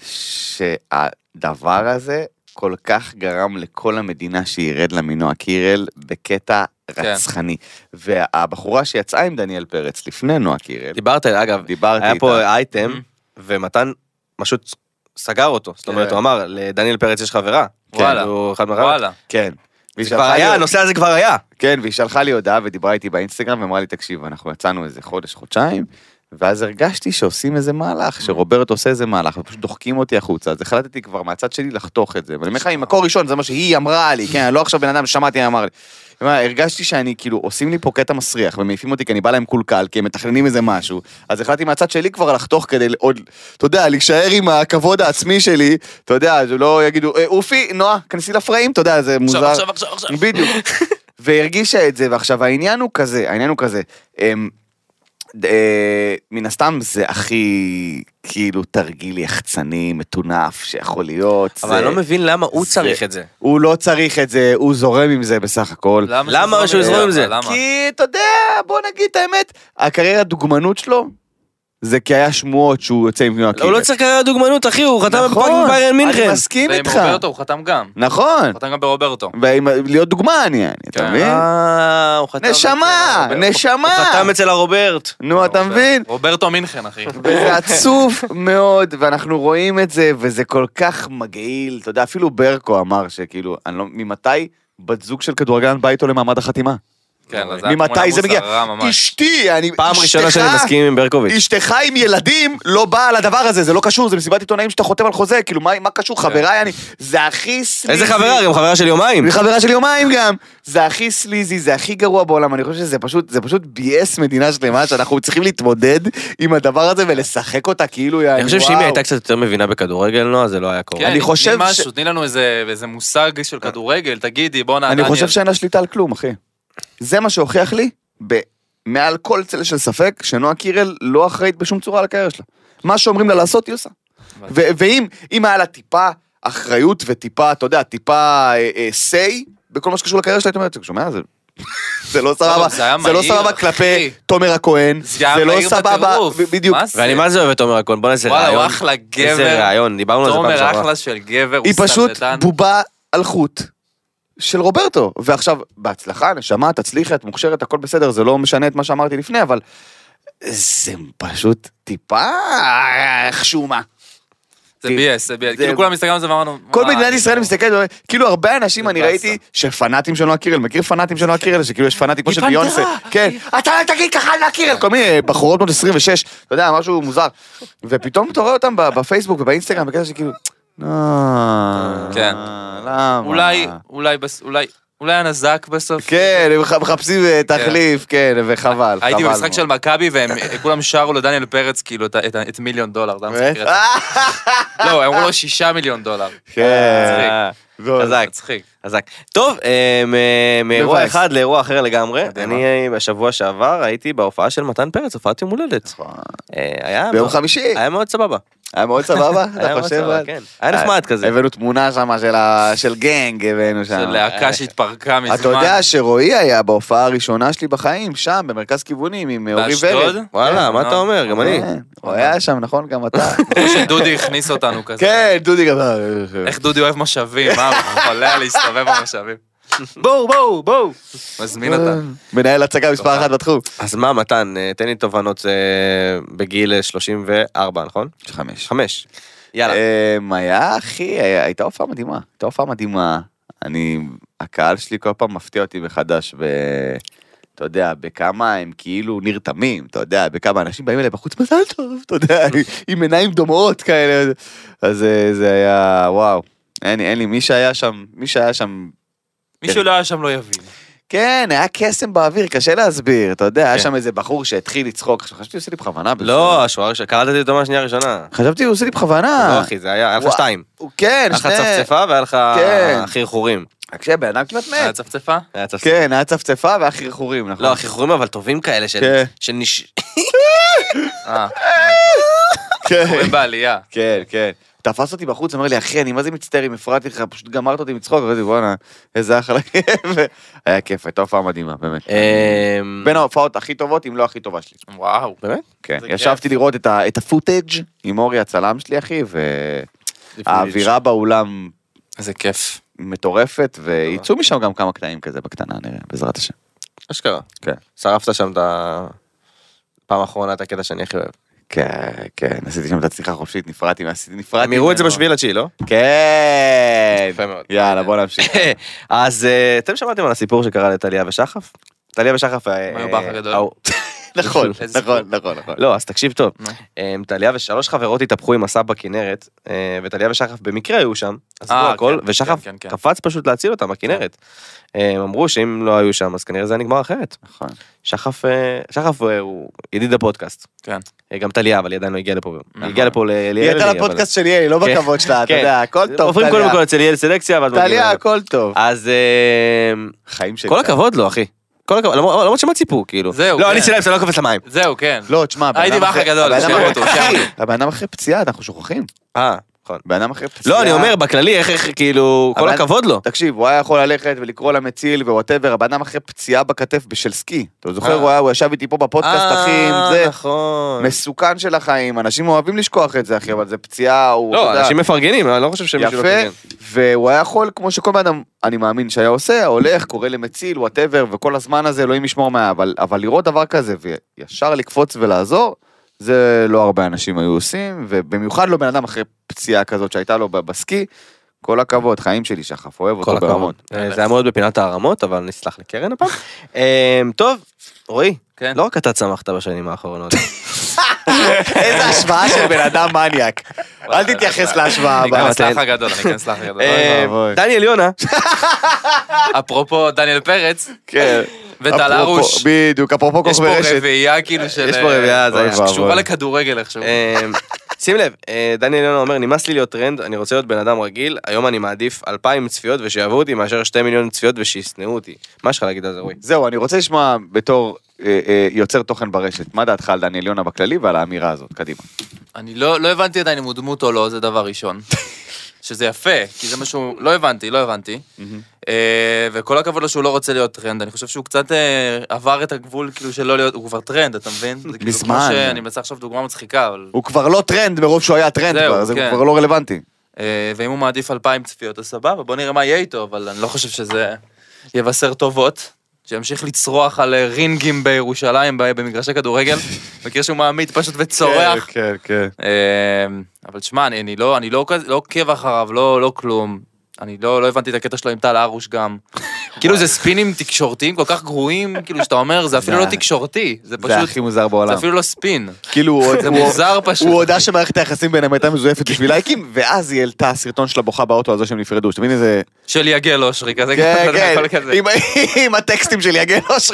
שהדבר הזה כל כך גרם לכל המדינה שירד לה מנועה קירל בקטע רצחני. והבחורה שיצאה עם דניאל פרץ לפני נועה קירל. דיברת, אגב, היה פה אייטם, ומתן פשוט סגר אותו. זאת אומרת, הוא אמר, לדניאל פרץ יש חברה. וואלה. כן. הנושא הזה כבר היה. כן, והיא שלחה לי הודעה ודיברה איתי באינסטגרם ואמרה לי, תקשיב, אנחנו יצאנו איזה חודש-חודשיים, ואז הרגשתי שעושים איזה מהלך, שרוברט עושה איזה מהלך, ופשוט דוחקים אותי החוצה, אז החלטתי כבר מהצד שלי לחתוך את זה, ואני אומר לך, עם מקור ראשון, זה מה שהיא אמרה לי, כן, לא עכשיו בן אדם שמעתי, אמר לי. הרגשתי שאני, כאילו, עושים לי פה קטע מסריח, ומעיפים אותי כי אני בא להם קולקל, כי הם מתכננים איזה משהו, אז החלטתי מהצד שלי כבר לחתוך כדי עוד, אתה יודע, להישאר עם הכבוד העצמי שלי, אתה יודע, לא יגידו, אופי, נועה, כנסי לפריים, אתה יודע, זה מוזר. עכשיו. בדיוק. והרגישה את זה, ועכשיו העניין הוא כזה, מן הסתם זה הכי כאילו תרגיל יחצני, מטונף שיכול להיות. אבל אני לא מבין למה הוא צריך את זה. הוא לא צריך את זה, הוא זורם עם זה בסך הכל. למה שהוא יזרום עם זה? כי אתה יודע, בוא נגיד את האמת, הקריירה דוגמנות שלו, זה כי היה שמועות שהוא יוצא עם נועה קירל. הוא לא צריך קריירה דוגמנות, אחי, הוא חתם בביירן מינכן. אני מסכים איתך. ועם רוברטו הוא חתם גם. נכון. הוא חתם גם ברוברטו. להיות דוגמה, אתה מבין? נשמה. הוא חתם אצל הרוברט. נו, אתה מבין? רוברטו מינכן, אחי. וזה עצוב מאוד, ואנחנו רואים את זה, וזה כל כך מגעיל. אתה יודע, אפילו ברקו אמר שכאילו, ממתי בת זוג של כדורגלן בא איתו למעמד החתימה? ממתי זה מגיע? אשתי, פעם ראשונה שאני מסכים עם ברקוביץ'. אשתך עם ילדים לא באה על הדבר הזה, זה לא קשור, זה מסיבת עיתונאים שאתה חותם על חוזה, כאילו מה קשור? חברה, זה הכי סליזי. איזה חברה? גם חברה של יומיים. היא חברה של יומיים גם. זה הכי סליזי, זה הכי גרוע בעולם, אני חושב שזה פשוט בייס מדינה שלמה, שאנחנו צריכים להתמודד עם הדבר הזה ולשחק אותה כאילו, אני חושב שאם היא הייתה קצת יותר מבינה בכדורגל, לא, זה לא היה קורה. אני חושב תני לנו איזה מושג של כדורגל, תגידי, בוא נענה. אני חושב שאין לה שליטה על כלום, אחי. זה מה שהוכיח לי מעל כל צל של ספק, שנועה קירל לא אחראית בשום צורה על הקריירה שלה. מה שאומרים לה לעשות, היא עושה. ואם היה לה טיפה אחריות וטיפה, אתה יודע, טיפה say, בכל מה שקשור לקריירה שלה, אתה אומרת, שומע, זה לא סבבה, זה לא סבבה כלפי תומר הכהן, זה לא סבבה, בדיוק. ואני מה זה אוהב את תומר הכהן, בוא נעשה רעיון. וואלה, הוא אחלה גבר. איזה רעיון, דיברנו על זה פעם שעברה. תומר אחלה של גבר, היא פשוט בובה על חוט של רוברטו, ועכשיו, בהצלחה, נשמה, תצליחי, את מוכשרת, הכל בסדר, זה לא משנה את מה שאמרתי לפני, אבל זה פשוט טיפה חשומה. זה ביאס, זה ביאס. כאילו כולם מסתכלים על זה ואמרנו... כל מדינת ישראל מסתכלת, כאילו הרבה אנשים אני ראיתי שפנאטים של נועה קירל, מכיר פנאטים של נועה קירל, שכאילו יש פנאטים כמו של ביונסה. כן, אתה תגיד ככה נועה קירל, כל מיני בחורות בנות 26, אתה יודע, משהו מוזר. ופתאום אתה רואה אותם בפייסבוק ובאינסטגרם, בקטע שכאילו... כן. למה? אולי הנזק בסוף. כן, הם מחפשים תחליף, כן, וחבל. הייתי במשחק של מכבי והם כולם שרו לדניאל פרץ כאילו את $1 מיליון. לא, הם אמרו לו $6 מיליון. כן. חזק, חזק. טוב, מאירוע אחד לאירוע אחר לגמרי. אני בשבוע שעבר הייתי בהופעה של מתן פרץ, הופעת יום הולדת. ביום חמישי. היה מאוד סבבה. היה מאוד סבבה? היה חושב? היה נחמד כזה. הבאנו תמונה שם של גנג, הבאנו שם. של להקה שהתפרקה מזמן. אתה יודע שרועי היה בהופעה הראשונה שלי בחיים, שם, במרכז כיוונים, עם אורי ורד. באשדוד? וואלה, מה אתה אומר? גם אני. הוא היה שם, נכון? גם אתה. שדודי הכניס אותנו כזה. כן, דודי גם... איך דודי אוהב משאבים, הוא חולה להסתובב במשאבים. בואו. מזמין אותנו. מנהל הצגה מספר 1 בתחום. אז מה, מתן, תן לי תובנות בגיל 34, נכון? 5. יאללה. היה, אחי, הייתה הופעה מדהימה. הקהל שלי כל פעם מפתיע אותי מחדש, אתה יודע, בכמה הם כאילו נרתמים, אתה יודע, בכמה אנשים באים אליי בחוץ, מזל טוב, אתה יודע, עם עיניים דומות כאלה. אז זה היה, וואו. אין לי, מי שהיה שם... מי שלא היה שם לא יבין. כן, היה קסם באוויר, קשה להסביר, אתה יודע, היה שם איזה בחור שהתחיל לצחוק, חשבתי הוא עושה לי בכוונה. לא, קלטתי אותו מהשנייה הראשונה. חשבתי הוא עושה לי בכוונה. לא אחי, זה היה לך 2. כן, היה לך צפצפה והיה לך חירחורים. עכשיו, בן אדם כמעט מת. היה צפצפה? כן, היה צפצפה והיה חירחורים, נכון. לא, חירחורים אבל טובים כאלה של חירחורים בעלייה. כן. תפס אותי בחוץ, אמר לי, אחי, אני מה זה מצטער אם הפרעתי לך, פשוט גמרת אותי מצחוק, ואמרתי, בוא'נה, איזה אחלה כיף. היה כיף, הייתה הופעה מדהימה, באמת. בין ההופעות הכי טובות, אם לא הכי טובה שלי. וואו. באמת? כן, ישבתי לראות את הפוטאג' עם אורי הצלם שלי, אחי, והאווירה באולם... איזה כיף. מטורפת, וייצאו משם גם כמה קטעים כזה בקטנה, נראה, בעזרת השם. אשכרה. כן. שרפת שם את הפעם האחרונה, את הקטע שאני הכי אוהב. כן, עשיתי שם את הצליחה חופשית, נפרדתי. הם יראו את זה ב7.9, לא? כן. יפה מאוד. יאללה, בוא נמשיך. אז אתם שמעתם על הסיפור שקרה לטליה ושחף? טליה ושחף... מה הוא באח הגדול? נכון. לא, אז תקשיב טוב. טליה ושלוש חברות התהפכו עם מסע בכנרת, וטליה ושחף במקרה היו שם, עזבו הכל, ושחף קפץ פשוט להציל אותם בכנרת. הם אמרו שאם לא היו שם, אז כנראה זה נגמר אחרת. נכון. שחף הוא ידיד הפודקאסט. כן. גם טליה, אבל היא עדיין לא הגיעה לפה. היא הגיעה לפה ליאלי. היא הייתה לפודקאסט של יאלי, לא בכבוד שלה, אתה יודע, הכל טוב. עוברים קודם כל אצל יאלי סלקציה, טליה, הכל טוב. אז חיים שלי. כל הכבוד לו, אחי. למרות שמה ציפו, כאילו. זהו, לא, אני צילם, זה לא קופץ למים. זהו, כן. לא, תשמע, הייתי באח הגדול. הבן אדם אחרי פציעה, אנחנו שוכחים. נכון. בן אדם אחרי פציעה. לא, אני אומר, בכללי, איך, כאילו, כל הכבוד לו. תקשיב, הוא היה יכול ללכת ולקרוא למציל ווואטאבר, הבן אדם אחרי פציעה בכתף בשל סקי. אתה זוכר, הוא ישב איתי פה בפודקאסט, אחי, זה מסוכן של החיים, אנשים אוהבים לשכוח את זה, אחי, אבל זה פציעה, לא, אנשים מפרגנים, אני לא חושב שמישהו לא מפרגן. והוא היה יכול, כמו שכל בן אדם, אני מאמין שהיה עושה, הולך, קורא למציל, וואטאבר, וכל הזמן הזה אלוהים ישמור מה, אבל לראות דבר כזה, וישר לקפוץ ולעזור, זה לא הרבה אנשים היו עושים, ובמיוחד לא בן אדם אחרי פציעה כזאת שהייתה לו בסקי, כל הכבוד, חיים שלי שחף, אוהב אותו ברמות. זה היה מאוד בפינת הערמות, אבל נסלח לקרן הפעם. טוב, רועי, לא רק אתה צמחת בשנים האחרונות. איזה השוואה של בן אדם מניאק. אל תתייחס להשוואה הבאה. אני אכנס לך הגדול. דניאל יונה. אפרופו דניאל פרץ. כן. וטל הרוש. בדיוק, אפרופו כוכבי רשת. יש פה רביעייה כאילו של... יש פה רביעייה, זה קשורה לכדורגל איכשהו. שים לב, דניאל יונה אומר, נמאס לי להיות טרנד, אני רוצה להיות בן אדם רגיל, היום אני מעדיף 2,000 צפיות ושיאהבו אותי מאשר 2 מיליון צפיות ושישנאו אותי. מה יש לך להגיד על זה, רועי? זהו, אני רוצה לשמוע בתור יוצר תוכן ברשת. מה דעתך על דניאל יונה בכללי ועל האמירה הזאת? קדימה. אני לא הבנתי עדיין אם הוא דמות או לא, זה דבר ראשון. שזה יפה, כי זה משהו, לא הבנתי. וכל הכבוד לו שהוא לא רוצה להיות טרנד, אני חושב שהוא קצת עבר את הגבול, כאילו שלא להיות, הוא כבר טרנד, אתה מבין? מזמן. אני מנסה עכשיו דוגמה מצחיקה, אבל... הוא כבר לא טרנד מרוב שהוא היה טרנד כבר, זה כבר לא רלוונטי. ואם הוא מעדיף 2,000 צפיות, אז סבבה, בוא נראה מה יהיה איתו, אבל אני לא חושב שזה יבשר טובות. שימשיך לצרוח על רינגים בירושלים, במגרשי כדורגל, מכיר שהוא מעמיד פשוט וצורח. כן, כן. אבל תשמע, אני לא עוקב אחריו, לא כלום. אני לא הבנתי את הקטע שלו עם טל ארוש גם. כאילו זה ספינים תקשורתיים כל כך גרועים, כאילו שאתה אומר, זה אפילו לא תקשורתי. זה פשוט... זה הכי מוזר בעולם. זה אפילו לא ספין. כאילו, זה מוזר פשוט. הוא הודע שמערכת היחסים ביניהם הייתה מזויפת בשביל לייקים, ואז היא העלתה סרטון של הבוכה באוטו הזו שהם נפרדו. שתבין איזה... של יגל אושרי, כזה. כן, כן, עם הטקסטים של יגל אושרי.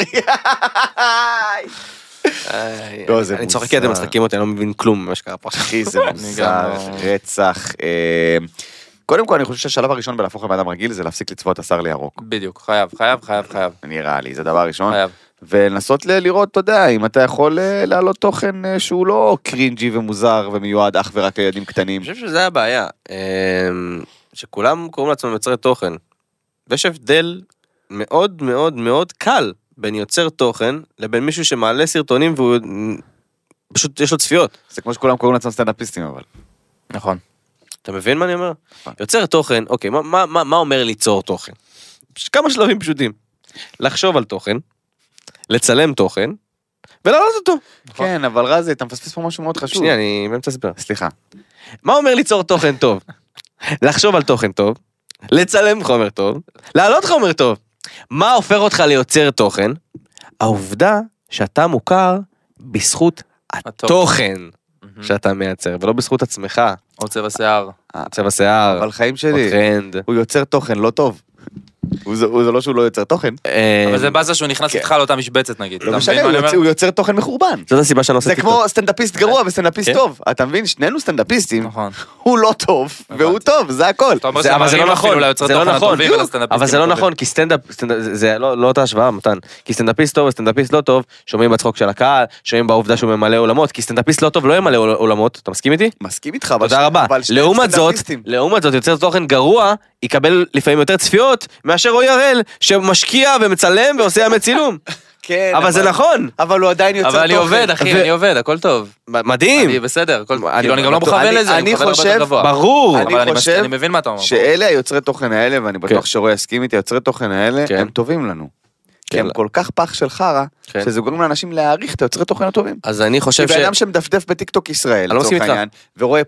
אני צוחק כי אתם משחקים אותי, אני לא מבין כלום מה שקרה פה. אחי, זה מוזר, רצח. קודם כל, אני חושב שהשלב הראשון בלהפוך לבן אדם רגיל זה להפסיק לצבוע את השר לירוק. בדיוק, חייב. נראה לי, זה דבר ראשון. חייב. ולנסות לראות, אתה יודע, אם אתה יכול להעלות תוכן שהוא לא קרינג'י ומוזר ומיועד אך ורק לילדים קטנים. אני חושב שזה הבעיה, שכולם קוראים לעצמם יוצרי תוכן, ויש הבדל מאוד מאוד מאוד קל בין יוצר תוכן לבין מישהו שמעלה סרטונים והוא פשוט יש לו צפיות. זה כמו שכולם קוראים לעצמם סטנדאפיסטים אבל. נכון. אתה מבין מה אני אומר? יוצר תוכן, אוקיי, מה אומר ליצור תוכן? כמה שלבים פשוטים. לחשוב על תוכן, לצלם תוכן, ולהעלות אותו. כן, אבל רזי, אתה מפספס פה משהו מאוד חשוב. שנייה, אני באמצע לספר. סליחה. מה אומר ליצור תוכן טוב? לחשוב על תוכן טוב, לצלם חומר טוב, להעלות חומר טוב. מה הופך אותך ליוצר תוכן? העובדה שאתה מוכר בזכות התוכן שאתה מייצר, ולא בזכות עצמך. או צבע שיער. צבע שיער. אבל חיים שלי, או טרנד. הוא יוצר תוכן לא טוב. זה לא שהוא לא יוצר תוכן. אבל זה בזה שהוא נכנס איתך לאותה משבצת נגיד. לא משנה, הוא יוצר תוכן מחורבן. זאת הסיבה שאני עושה זה טיקטוק. כמו סטנדאפיסט גרוע וסטנדאפיסט טוב. אתה מבין? שנינו סטנדאפיסטים. נכון. הוא לא טוב, והוא טוב, זה הכל. אבל זה לא נכון, אבל זה לא נכון, כי סטנדאפ, זה לא אותה השוואה, מתן, כי סטנדאפיסט טוב וסטנדאפיסט לא טוב, שומעים בצחוק של הקהל, שומעים בעובדה שהוא ממלא עולמות, כי סטנדאפיסט לא טוב לא ימלא עולמות, אתה מסכים איתי? מסכים איתך, תודה רבה. לעומת זאת, יוצר תוכן גרוע, יקבל לפעמים יותר צפיות, מאשר רועי הראל, שמשקיע ומצלם ועושה ימי צילום. כן, אבל זה נכון. אבל הוא עדיין יוצר תוכן. אבל אני עובד, אחי, אני עובד, הכל טוב. מדהים. אני בסדר, כאילו אני גם לא מכוון לזה, אני חושב, ברור. אני חושב אני מבין מה אתה אומר. שאלה היוצרי תוכן האלה, ואני בטוח שרועי יסכים איתי, היוצרי תוכן האלה, הם טובים לנו. כי הם כל כך פח של חרה, שזה גורם לאנשים להעריך את היוצרי תוכן הטובים. אז אני חושב כי באדם שמדפדף בטיקטוק ישראל, לצורך העניין, ורואה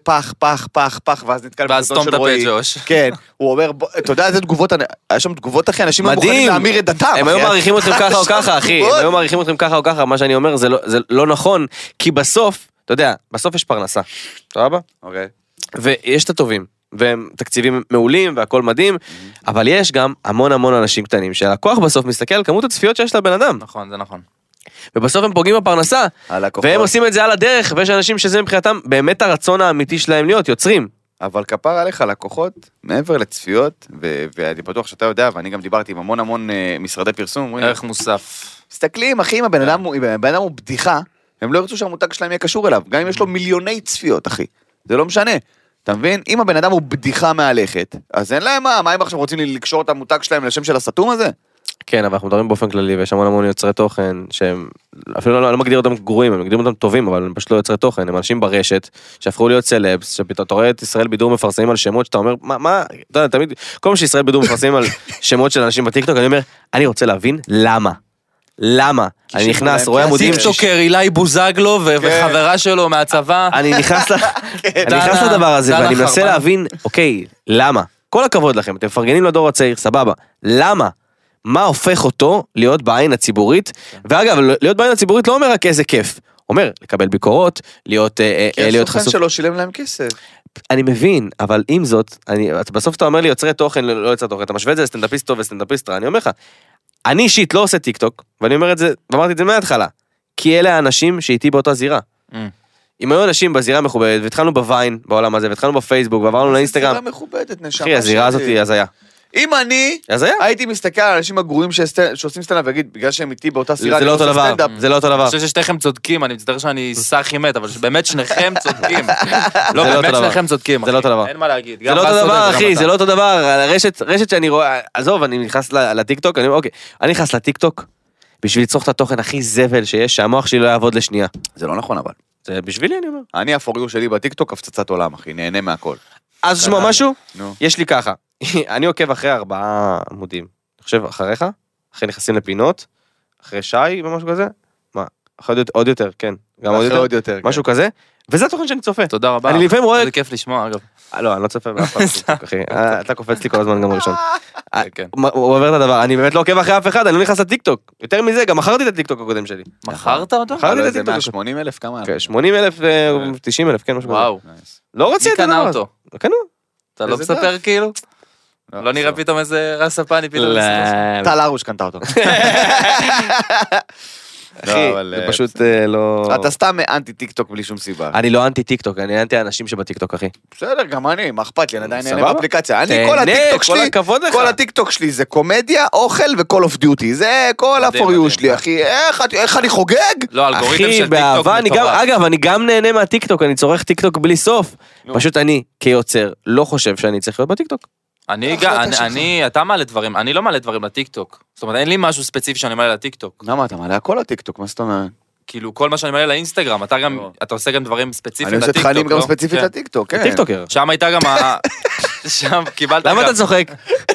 פח, ואז נתקל בסרטון של רועי. כן, הוא אומר, אתה יודע איזה תגובות, יש שם תגובות אחי, אנשים מוכנים להמיר את דתם. הם היו מעריכים אתכם ככה או ככה, אחי, הם היו מעריכים אתכם ככה או ככה, מה שאני אומר זה לא נכון, כי בסוף, אתה יודע, בסוף יש פרנסה, סבבה? אוקיי. ויש את הטובים. והם תקציבים מעולים והכל מדהים, אבל יש גם המון אנשים קטנים שהלקוח בסוף מסתכל על כמות הצפיות שיש לבן אדם. נכון, זה נכון. ובסוף הם פוגעים בפרנסה, והם עושים את זה על הדרך, ויש אנשים שזה מבחינתם באמת הרצון האמיתי שלהם להיות, יוצרים. אבל כפר עליך לקוחות, מעבר לצפיות, ואני בטוח שאתה יודע, ואני גם דיברתי עם המון משרדי פרסום, ערך מוסף. מסתכלים, אחי, אם הבן אדם הוא בדיחה, הם לא ירצו שהמותג שלהם יהיה קשור אליו, גם אם יש לו מיליוני צפיות, אחי. זה לא משנה. אתה מבין? אם הבן אדם הוא בדיחה מהלכת, אז אין להם מה הם עכשיו רוצים לקשור את המותג שלהם לשם של הסתום הזה? כן, אבל אנחנו מדברים באופן כללי, ויש המון יוצרי תוכן, שהם אפילו לא מגדיר אותם גרועים, הם מגדירים אותם טובים, אבל הם פשוט לא יוצרי תוכן, הם אנשים ברשת, שהפכו להיות סלבס, שפתאום אתה רואה את ישראל בידור מפרסמים על שמות, שאתה אומר, מה, אתה יודע, תמיד, כל מה שישראל בידור מפרסמים על שמות של אנשים בטיקטוק, אני אומר, אני רוצה להבין למה? אני נכנס, רואה עמודים... טיקטוקר, אילי בוזגלו וחברה שלו מהצבא. אני נכנס לדבר הזה, ואני מנסה להבין, אוקיי, למה? כל הכבוד לכם, אתם מפרגנים לדור הצעיר, סבבה. למה? מה הופך אותו להיות בעין הציבורית? ואגב, להיות בעין הציבורית לא אומר רק איזה כיף. אומר, לקבל ביקורות, להיות חשוף. כי הסוכן שלו שילם להם כסף. אני מבין, אבל עם זאת, בסוף אתה אומר לי יוצרי תוכן, לא יוצרי תוכן, אתה משווה את זה לסטנדאפיסט טוב וסטנדאפיסט רע, אני אומר לך, אני אישית לא עושה טיקטוק, ואני אומר את זה, ואמרתי את זה מההתחלה, כי אלה האנשים שאיתי באותה זירה. אם היו אנשים בזירה מכובדת, והתחלנו בוויין בעולם הזה, והתחלנו בפייסבוק, ועברנו לאינסטגרם. זירה מכובדת, נשמה. אחי, הזירה הזאת היא הזיה. אם אני אז היה. הייתי מסתכל על האנשים הגרועים שעושים סטנדאפ ויגיד, בגלל שהם איתי באותה סירה, זה לא אותו דבר, זה לא אותו דבר. אני חושב ששתיכם צודקים, אני מצטער שאני סחי מת, אבל באמת שניכם צודקים. לא, באמת שניכם צודקים. זה לא אותו דבר. אין מה להגיד. זה לא אותו דבר, אחי, זה לא אותו דבר. רשת שאני רואה, עזוב, אני נכנס לטיקטוק, אני נכנס לטיקטוק, בשביל לצרוך את התוכן הכי זבל שיש, שהמוח שלי לא יעבוד לשנייה. זה לא נכון אבל. זה בשבילי, אני אומר. אני הפוריו שלי בטיקטוק הפצצת עולם, אחי, נהנה מהכל. אז תשמע משהו, נו. יש לי ככה, אני עוקב אחרי 4 עמודים. אני חושב, אחריך, אחרי נכנסים לפינות, אחרי שי ומשהו כזה, מה, עוד יותר, כן, גם עוד יותר, משהו כזה, וזה התוכן שאני צופה. תודה רבה. אני לפעמים רואה... זה כיף לשמוע, אגב. לא, אני לא צופה באף פעם בטיקטוק, אחי. אתה קופץ לי כל הזמן גם ראשון. כן. הוא עובר את הדבר, אני באמת לא עוקב אחרי אף אחד, אני לא נכנס לטיקטוק. יותר מזה, גם מכרתי את הטיקטוק הקודם שלי. מכרת אותו? מכרתי את זה הטיקטוק. 180,000 כמה? 80,000 ו-90,000, כן, משהו כזה. וואו. לא רוצה מי את הדבר קנה הזה. אותו? קנו. אתה לא איזה מספר כאילו? לא נראה פתאום איזה רס הפני פתאום. טל ארוש קנתה אותו. אחי, זה פשוט לא... אתה סתם אנטי טיקטוק בלי שום סיבה. אני לא אנטי טיקטוק, אני אנטי האנשים שבטיקטוק, אחי. בסדר, גם אני, מה אכפת לי, אני עדיין נהנה סבבה? באפליקציה. אני, תהנה, כל הטיקטוק כל שלי, הכבוד לך. כל הטיקטוק שלי זה קומדיה, אוכל ו-call of duty. זה כל מדהים, ה-for you מדהים. שלי, אחי. איך אני חוגג? לא, אלגוריתם אחי, של טיקטוק באהבה, אני גם, מטורף. אגב, אני גם נהנה מהטיקטוק, אני צורך טיקטוק בלי סוף. פשוט אני, כיוצר, לא חושב שאני צריך להיות בטיקטוק. אתה מעלה דברים, אני לא מעלה דברים לטיקטוק. זאת אומרת, אין לי משהו ספציפי שאני מעלה לטיקטוק. למה אתה מעלה הכל לטיקטוק, מה זאת אומרת? כאילו, כל מה שאני מעלה לאינסטגרם, אתה עושה גם דברים אני ספציפיים עושה לטיקטוק, תכנים גם לא? ספציפית כן. לטיקטוק, כן. טיקטוקר. שם הייתה גם שם קיבלת למה גם... אתה צוחק?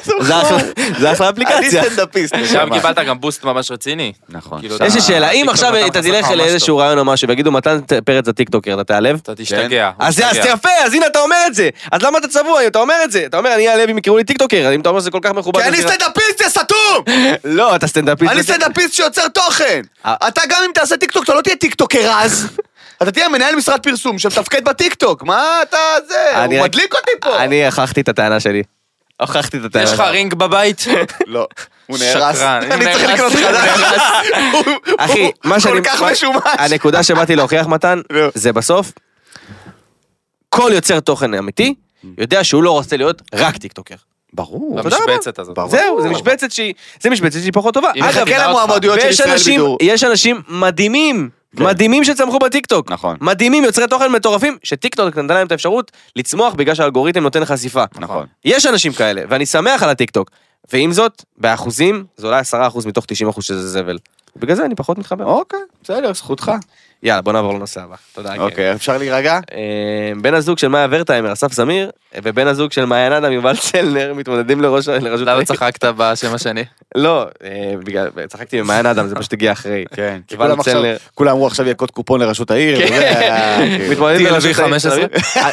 זה אחלה אני אפליקציה. סטנדאפיסט. שם קיבלת גם בוסט ממש רציני. נכון. כאילו, יש לי שאלה, אם הטיקטוק עכשיו נתן אתה לך תלך ממש לאיזשהו טוב. רעיון או משהו, ויגידו מתן פרץ הטיקטוקר, אתה תעלב? אתה תשתגע. אז יפה, אז הנה אתה אומר את זה. אז למה אתה צבוע? אתה אומר את זה. אתה אומר, אני אעלב אם יקראו לי טיקטוקר, אם אתה אומר שזה כל כך מכובד. כי אני סטנדאפיסט, יא סתום! לא, אתה סטנדאפיסט. אני סטנדאפיסט שיוצר תוכן. אתה גם אם תעשה טיקטוק, אתה לא תהיה טיקטוקר אז. אתה תהיה מנהל משרד פרסום שמתפקד בטיקטוק. מה אתה זה? הוא מדליק אותי פה. אני הוכחתי את הטענה שלי. הוכחתי את הטענה. יש לך רינג בבית? לא. הוא נהרס. שקרן. אני צריך לקנות חדש. אחי, מה שאני... כל כך משומש. הנקודה שבאתי להוכיח מתן, זה בסוף, כל יוצר תוכן אמיתי, יודע שהוא לא רוצה להיות רק טיקטוקר. ברור. במשבצת הזאת. זהו, זה משבצת שהיא פחות טובה. היא אגב, מכינה כן אותך. המועמדויות של ישראל בידור. ויש אנשים מדהימים, מדהימים שצמחו בטיקטוק. נכון. מדהימים, יוצרי תוכן מטורפים, שטיקטוק נתן להם את האפשרות לצמוח בגלל שהאלגוריתם נותן חשיפה. נכון. יש אנשים כאלה, ואני שמח על הטיקטוק. ועם זאת, באחוזים, זה אולי 10% מתוך 90% שזה זבל. בגלל זה אני פחות מתחבר. אוקיי, בסדר, זכותך. יאללה, בוא נעבור לנושא הבא. תודה. אוקיי, אפשר להירגע? בן הזוג של מאיה ורטהיימר, אסף זמיר, ובן הזוג של מעיין אדם, יובל צלנר, מתמודדים לראשות... למה צחקת בשם השני? לא, צחקתי ממעיין אדם, זה פשוט הגיע אחרי. כן. יובל צלנר. כולם אמרו עכשיו יהיה קוד קופון לראשות העיר. מתמודדים לראשות העיר. 15.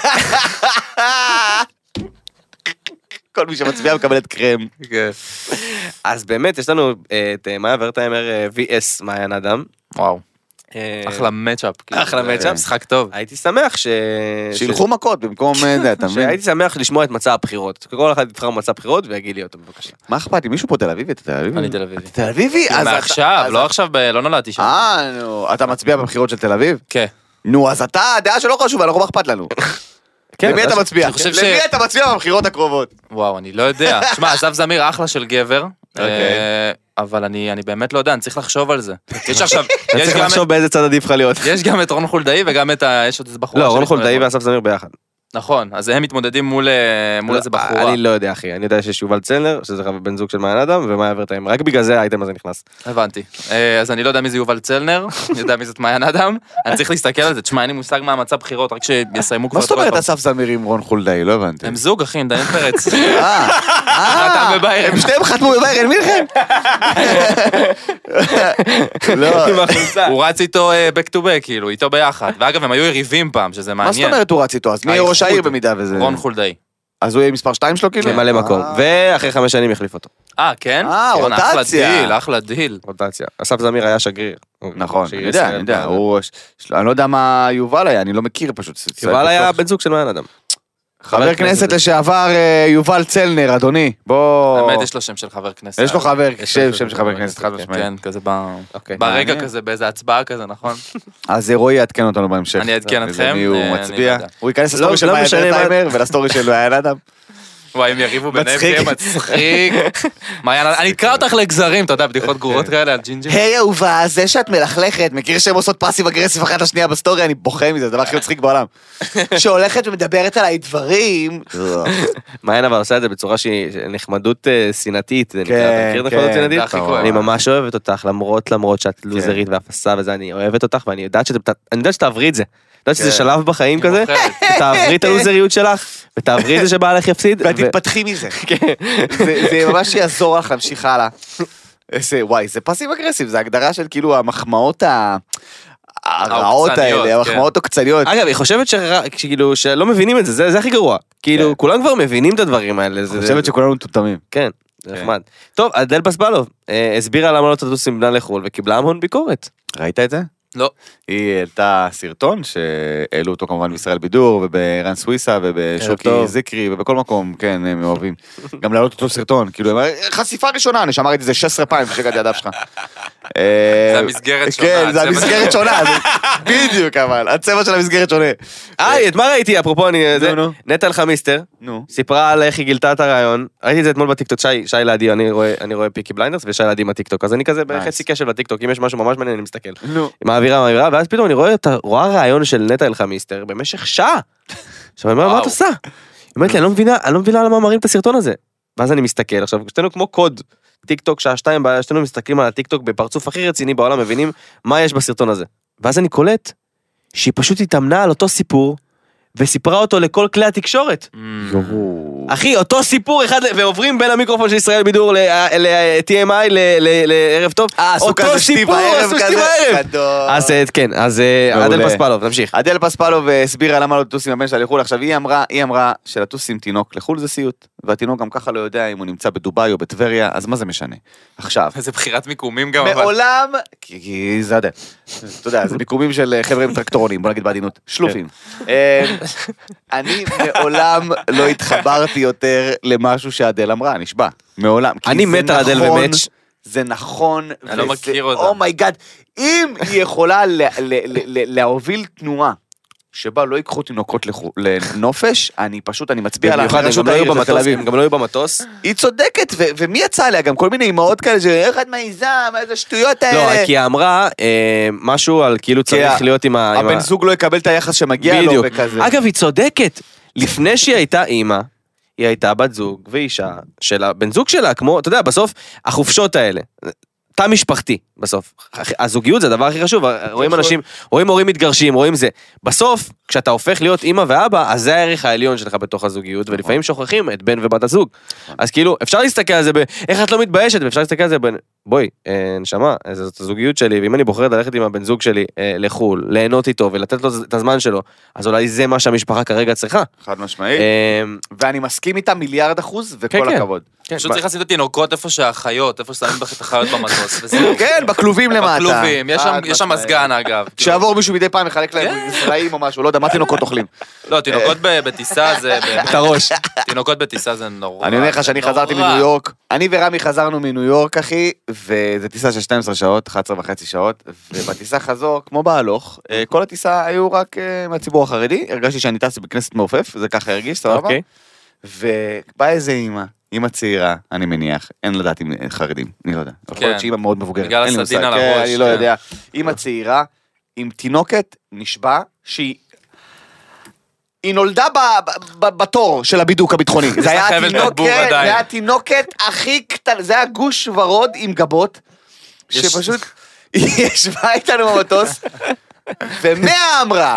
כל מי שמצביע מקבל את קרם. אז באמת, יש לנו את מאיה ורטהיימר VS מעיין אדם. וואו. אחלה מצ'אפ. אחלה מצ'אפ. משחק טוב. הייתי שמח שילכו מכות במקום זה, אתה מבין? שהייתי שמח לשמוע את מצע הבחירות. כל אחד יבחר מצע הבחירות ויגיד לי אותו בבקשה. מה אכפת לי? מישהו פה תל אביבי? אתה תל אביבי? אני תל אביבי. תל אביבי? אז אתה- מעכשיו, אז לא אתה- עכשיו, לא נולדתי שם. נו, אתה מצביע בבחירות של תל אביב? כן. נו, אז אתה, דעה שלא חשובה, אנחנו מה אכפת לנו. למי אתה מצביע? אני חושב למי אתה מצביע בבחירות הקרובות? וואו, אני לא יודע. שמע, אסף זמיר אחלה של גבר. אוקיי. אבל אני באמת לא יודע, אני צריך לחשוב על זה. יש עכשיו, אתה צריך לחשוב באיזה צד עדיף לך להיות. יש גם את רון חולדאי וגם את יש עוד איזה בחורה. לא, רון שאני חולדאי מתמודד. ואסף זמיר ביחד. נכון, אז הם מתמודדים מול איזה בחורה. אני לא יודע אחי, אני יודע שיש יובל צלנר, שזה בן זוג של מעיין אדם, ומאיה ורטהיימר, רק בגלל זה האייטם הזה נכנס. הבנתי. אז אני לא יודע מי זה יובל צלנר, אני יודע מי זאת מעיין אדם, אני צריך להסתכל על זה, תשמע, אין לי מושג מה המצב בחירות, רק שיסיימו כבר מה זאת אומרת אסף זמיר עם רון חולדאי? לא הבנתי. הם זוג, אחי, עם דניאל פרץ. אה, בביירן. הם שניהם חתמו בביירן מינכן? לא. הוא רץ איתו back to back, כאילו, איתו ביחד. ואגב, הם היו יריבים פעם, שזה מה זאת מעניין. אומרת הוא רץ איתו? אז מי יהיה ראש העיר האיחוד. במידה וזה? רון חולדאי. אז הוא יהיה מספר 2 שלו כאילו? ממלא מקום, ואחרי 5 שנים יחליף אותו. כן? רוטציה. אחלה דיל. רוטציה. אסף זמיר היה שגריר. נכון, שגריר אני יודע, ישראל אני יודע. בארץ. אני לא יודע מה יובל היה, אני לא מכיר פשוט. יובל היה בן זוג של מעיין אדם. חבר כנסת לשעבר יובל צלנר, אדוני. בוא... באמת יש לו שם של חבר כנסת. יש לו חבר, יש לו שם של חבר כנסת, חד משמעית. כן, כזה אוקיי. ברגע מעניין. כזה, באיזה הצבעה כזה, נכון? אז רועי יעדכן אותנו בהמשך. אני אעדכן וזה אתכם, מי הוא אני מצביע. לא יודע. הוא ייכנס לא לסטורי של משנה מאיה מה- ורטהיימר ולסטורי של מעיין אדם. וואי, הם יריבו ביניהם, זה יהיה מצחיק. אני אקרא אותך לגזרים, אתה יודע, בדיחות גרורות כאלה על ג'ינג'י. היי אהובה, זה שאת מלכלכת, מכיר שהם עושות פאסיב אגרסיב אחת לשנייה בסטוריה, אני בוכה מזה, זה הדבר הכי מצחיק בעולם. שהולכת ומדברת עליי דברים. מעיין אבל עושה את זה בצורה שהיא נחמדות סינתית, אתה מכיר נחמדות סינתית? אני ממש אוהבת אותך, למרות שאת לוזרית ואפסה וזה, אני אוהבת אותך, ואני יודעת שתעברי את זה. יודעת שזה שלב בחיים כזה, ותעברי את הלוזריות שלך, ותעברי את זה שבעלך יפסיד. ותתפתחי מזה. זה ממש יעזור לך להמשיך הלאה. וואי, זה פאסיב אגרסיב, זה הגדרה של כאילו המחמאות הרעות האלה, המחמאות עוקצניות. אגב, היא חושבת שכאילו שלא מבינים את זה, זה הכי גרוע. כאילו, כולם כבר מבינים את הדברים האלה. היא חושבת שכולנו מטומטמים. כן, זה נחמד. טוב, אדל פספלוב הסבירה למה לא תטוס עם בנה לחול, וקיבלה המון ביקורת. ראית את זה? לא. היא העלתה סרטון שהעלו אותו כמובן בישראל בידור וברן סוויסה ובשוקי זיקרי ובכל מקום, כן, הם אוהבים גם להעלות אותו סרטון, כאילו חשיפה ראשונה, אני שמרתי את זה 16 פעמים שגעתי הדף שלך. זה המסגרת שונה. כן, זה המסגרת שונה, בדיוק אבל, הצבע של המסגרת שונה. את מה ראיתי, אפרופו, נטע אלחמיסטר, סיפרה על איך היא גילתה את הרעיון, ראיתי את זה אתמול בטיקטוק, שי לידי, אני רואה פיקי בליינדרס ושי לידי עם הטיקטוק, אז אני כזה בחצי קשב לטיקטוק, אם יש משהו ממש מעניין אני מסתכל. מעבירה, ואז פתאום אני רואה רעיון של נטע אלחמיסטר במשך שעה. עכשיו אני אומר, מה את עושה? היא אומרת לי, אני לא מבינה למה מראים את הסרטון הזה. ואז אני מסתכל, עכשיו, שתינו כמו קוד, טיקטוק, שעה 2, שתינו מסתכלים על הטיקטוק בפרצוף הכי רציני בעולם, מבינים מה יש בסרטון הזה. ואז אני קולט שהיא פשוט התאמנה על אותו סיפור, וסיפרה אותו לכל כלי התקשורת. אחי, אותו סיפור אחד, ועוברים בין המיקרופון של ישראל בידור ל-TMI לערב טוב. אותו סיפור, עשו שתי בערב. אז כן, אז אדל פספלוב, נמשיך. אדל פספלוב הסבירה למה לא לטוס עם הבן שלה לחול. עכשיו היא אמרה שלטוס עם תינוק לחול זה סיוט, והתינוק גם ככה לא יודע אם הוא נמצא בדוביי או בטבריה, אז מה זה משנה? עכשיו. זה בחירת מיקומים גם. מעולם, כי זה אדל. אתה יודע, זה מיקומים של חבר'ה עם טרקטורונים, בוא נגיד בעדינות, שלופים. אני מעולם לא התחברתי יותר למשהו שאדל אמרה, נשבע, מעולם. אני מת על אדל ומאץ'. זה נכון. אני לא מכיר אותה. אומייגאד, אם היא יכולה להוביל תנועה, שבה לא ייקחו תינוקות לנופש, אני מצביע לה. הם גם לא היו במטוס. היא צודקת, ומי יצא עליה? גם כל מיני אמהות כאלה, שאיך את מעיזה, מה איזה שטויות האלה. לא, כי היא אמרה משהו על כאילו צריך להיות עם הבן זוג לא יקבל את היחס שמגיע לו וכזה. אגב, היא צודקת. לפני שהיא הייתה אימא, היא הייתה בת זוג ואישה של הבן זוג שלה, כמו, אתה יודע, בסוף, החופשות האלה. תא משפחתי, בסוף. הזוגיות זה הדבר הכי חשוב, רואים אנשים, רואים הורים מתגרשים, רואים זה. בסוף, כשאתה הופך להיות אמא ואבא, אז זה הערך העליון שלך בתוך הזוגיות, ולפעמים שוכחים את בן ובת הזוג. אז כאילו, אפשר להסתכל על זה איך את לא מתביישת, ואפשר להסתכל על זה בואי, נשמה, זאת הזוגיות שלי, ואם אני בוחרת ללכת עם הבן זוג שלי לחול, ליהנות איתו ולתת לו את הזמן שלו, אז אולי זה מה שהמשפחה כרגע צריכה. חד משמעית. ואני מסכים איתה 1,000,000,000%, וכל הכבוד. פשוט צריך לשים את התינוקות איפה שהחיות, איפה ששמים את החיות במטוס. כן, בכלובים למטה. בכלובים, יש שם מסגן אגב. כשעבור מישהו מדי פעם מחלק להם זרעים או משהו, לא יודע, מה תינוקות אוכלים? לא, תינוקות בטיסה זה... את הראש. תינוקות בטיסה זה נורא. אני אומר לך שאני חזרתי מניו יורק, אני ורמי חזרנו מניו יורק, אחי, וזו טיסה של 12 שעות, 11.5 שעות, ובטיסה חזור, כמו בהלוך, כל הטיסה היו רק מהציבור החרדי, הרגשתי שאני טס בכנסת מעופף, זה ככה הרגיש, סבבה? ובא איזה אמא צעירה, אני מניח, אין לדעת אם חרדים, אני לא יודע. יכול להיות שאמא מאוד מבוגרת. בגלל הסדין על הראש. אני לא יודע. אמא צעירה, עם תינוקת, נשבע, שהיא נולדה בתור של הבידוק הביטחוני. זה היה התינוקת הכי קטן, זה היה גוש ורוד עם גבות, שפשוט היא ישבה איתנו במטוס, ומאה אמרה,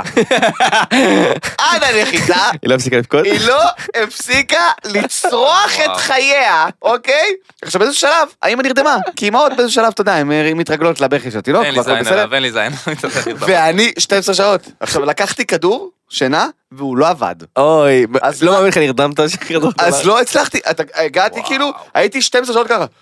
עד הנחיתה, היא לא הפסיקה לבכות? היא לא הפסיקה לצרוח את חייה, אוקיי? עכשיו באיזו שלב, האמא נרדמה, כי אמאות באיזו שלב, אתה יודע, הן מתרגלות לבכי של התינוק, אין לי זין עליו, אין לי זין. ואני 12 שעות. עכשיו לקחתי כדור, שינה, והוא לא עבד. אוי, לא מאמין לך נרדמת? אז לא הצלחתי, הגעתי כאילו, הייתי 12 שעות ככה.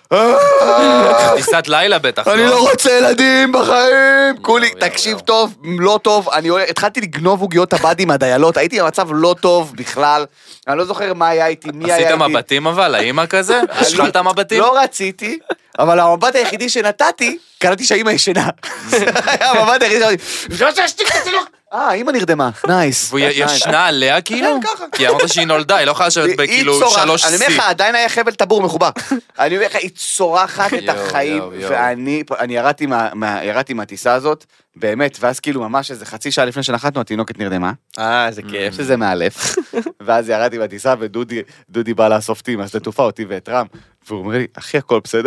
טיסת לילה בטח. אני לא רוצה ילדים בחיים. כולי, תקשיב טוב, לא טוב. התחלתי לגנוב עוגיות הבאדי מהדיילות, הייתי במצב לא טוב בכלל. אני לא זוכר מה היה איתי, מי היה איתי. עשית מבטים אבל, האמא כזה? השחלת מבטים? לא רציתי, אבל המבט היחידי שנתתי, קראתי שהאמא ישנה. זה היה המבט היחידי שאמרתי, אמא נרדמה, נייס. והיא ישנה עליה כאילו? כן, ככה. כי אמרת שהיא נולדה, היא לא יכולה לשבת בכאילו 3C. אני אומר לך, עדיין היה חבל טבור מחובר. אני אומר לך, היא צורחת את החיים, ואני ירדתי מהטיסה הזאת, באמת, ואז כאילו ממש איזה חצי שעה לפני שנחתנו, התינוקת נרדמה. זה כיף. שזה מאלף. ואז ירדתי מהטיסה, ודודי בא לאסוף אותי מהשדה תעופה, אותי ואת רם, והוא אומר לי, אחי, הכל בסדר.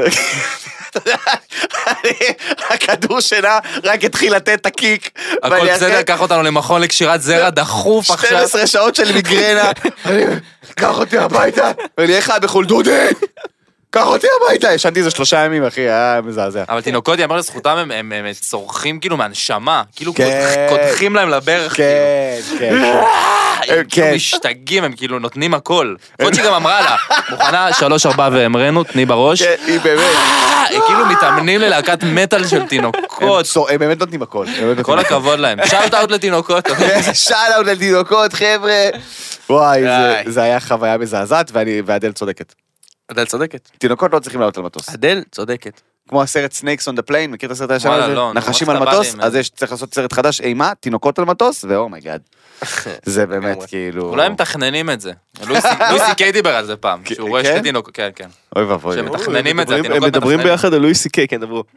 הכדור שינה רק התחיל לתת את הקיק. הכל בסדר, קח אותנו למכון לקשירת זרע דחוף עכשיו. 12 שעות של מיגרנה. קח אותי הביתה. ואני איך בחול דודי. קח אותי הביתה. ישנתי איזה 3 ימים, אחי, היה מזעזע. אבל תינוקות, יאמר לזכותם, הם צורכים כאילו מהנשמה. כאילו קודחים להם לברך. כן, כן. הם כאילו משתגעים, הם כאילו נותנים הכל. עוד שהיא גם אמרה לה, מוכנה 3-4 והמרנו, תני בראש. היא באמת. הם כאילו מתאמנים ללהקת מטל של תינוקות. הם באמת נותנים הכל. כל הכבוד להם. שאוט אאוט לתינוקות. שאוט אאוט לתינוקות, חבר'ה. וואי, זה היה חוויה מזעזעת, ואדל צודקת. אדל צודקת. תינוקות לא צריכים לעלות על מטוס. אדל צודקת. כמו הסרט Snakes on the Plane, מכיר את הסרט הישן הזה? לא, נחשים על מטוס, אז צריך לעשות סרט חדש, אימה, תינוקות על מטוס, ואומייגאד. זה באמת כאילו... אולי הם מתכננים את זה. לואיסי קיי דיבר על זה פעם, שהוא רואה שתי תינוקות, כן, כן. אוי ואבוי. שהם מתכננים את זה, התינוקות הם מדברים ביחד על לואיסי קיי, כן, דברו.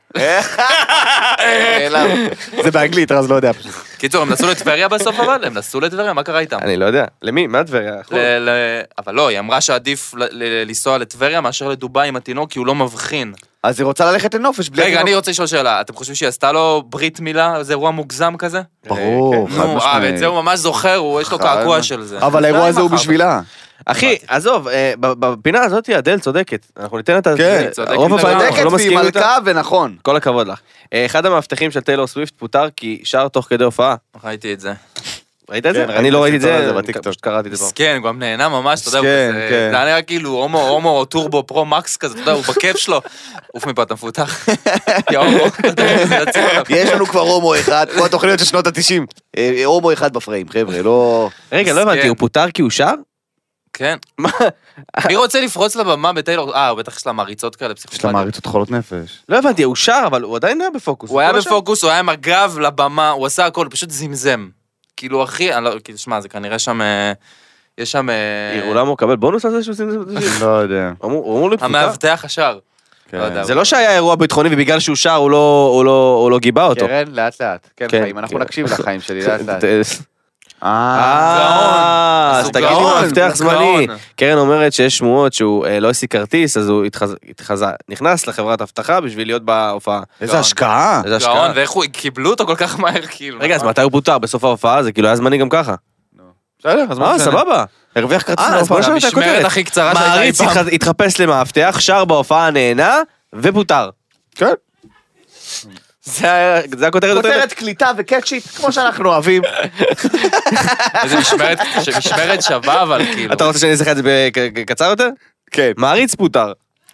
זה באנגלית, אז לא יודע. קיצור, הם נסעו לטבריה בסוף אבל? הם נסעו לטבריה, מה קרה איתם? אני לא יודע. למי? מה טבריה? אבל לא, היא אמרה שעדיף לנסוע לטבריה מאשר לדובאי עם התינוק, כי הוא לא מבחין. אז היא רוצה ללכת לנופש בלי... רגע, אני רוצה לשאול שאלה, אתם חושבים שהיא עשתה לו ברית מילה? זה אירוע מוגזם כזה? ברור, חד משמעית. ואת זה הוא ממש זוכר, יש לו קעקוע של זה. אבל האירוע הזה הוא בשבילה. אחי, עזוב, בפינה הזאת אדל צודקת. אנחנו ניתן את ה... כן, רוב הפעמים אנחנו לא מסכימים איתה. מלכה ונכון. כל הכבוד לך. אחד המאבטחים של טיילור סוויפט פוטר כי שר תוך כדי הופעה. ראיתי את זה. ראית את זה? כן, אני לא ראיתי את זה, בטיקטוק. פשוט קראתי את זה. כן, גם נהנה ממש, אתה יודע, כן. זה היה כאילו הומו טורבו פרו מקס כזה, אתה יודע, הוא בכיף שלו. אוף מפה, אתה מפותח. יא הומו, יש לנו כבר הומו אחד, כמו התוכניות של שנות ה-90. הומו אחד בפריים, חבר'ה, לא... רגע, לא הבנתי, הוא פוטר כי הוא שר? כן. מי רוצה לפרוץ לבמה בטיילור? הוא בטח יש לה מעריצות כאלה, יש לה פסיכופתיות. מעריצות חולות נפש. לא הבנתי, הוא שר, אבל הוא עדיין היה בפוקוס. הוא היה בפוקוס, הוא היה עם הגב לבמה, הוא עשה הכל, הוא פשוט זמזם. כאילו, אחי, כאילו, שמע, זה כנראה שם, יש שם... אולי הוא מקבל בונוס על זה שהוא עושים את זה? לא יודע. הוא אמור לפוטר. המאבטח השר. זה לא שהיה אירוע ביטחוני ובגלל שהוא שר הוא לא גיבה אותו. קרן, לאט לאט. כן, חיים, אנחנו נקשיב לחיים שלי, לאט לאט. אז תגיד לי מפתח זמני. קרן אומרת שיש שמועות שהוא לא השיג כרטיס, אז הוא נכנס לחברת אבטחה בשביל להיות בהופעה. איזה השקעה. גאון, ואיך הוא קיבלו אותו כל כך מהר, כאילו. רגע, אז מתי הוא פוטר? בסוף ההופעה? זה כאילו היה זמני גם ככה. בסדר, אז מה? סבבה. הרוויח כרטיס אז בוא נשאר את המשמרת הכותרת. הכי קצרה שהייתה מעריץ התחפש למאבטח, שר בהופעה נהנה, ופוטר. כן. זה הכותרת. כותרת קליטה וקאצ'ית, כמו שאנחנו אוהבים. איזה משמרת שווה, אבל כאילו. אתה רוצה שאני אזכר את זה בקצר יותר? כן. מעריץ פוטר.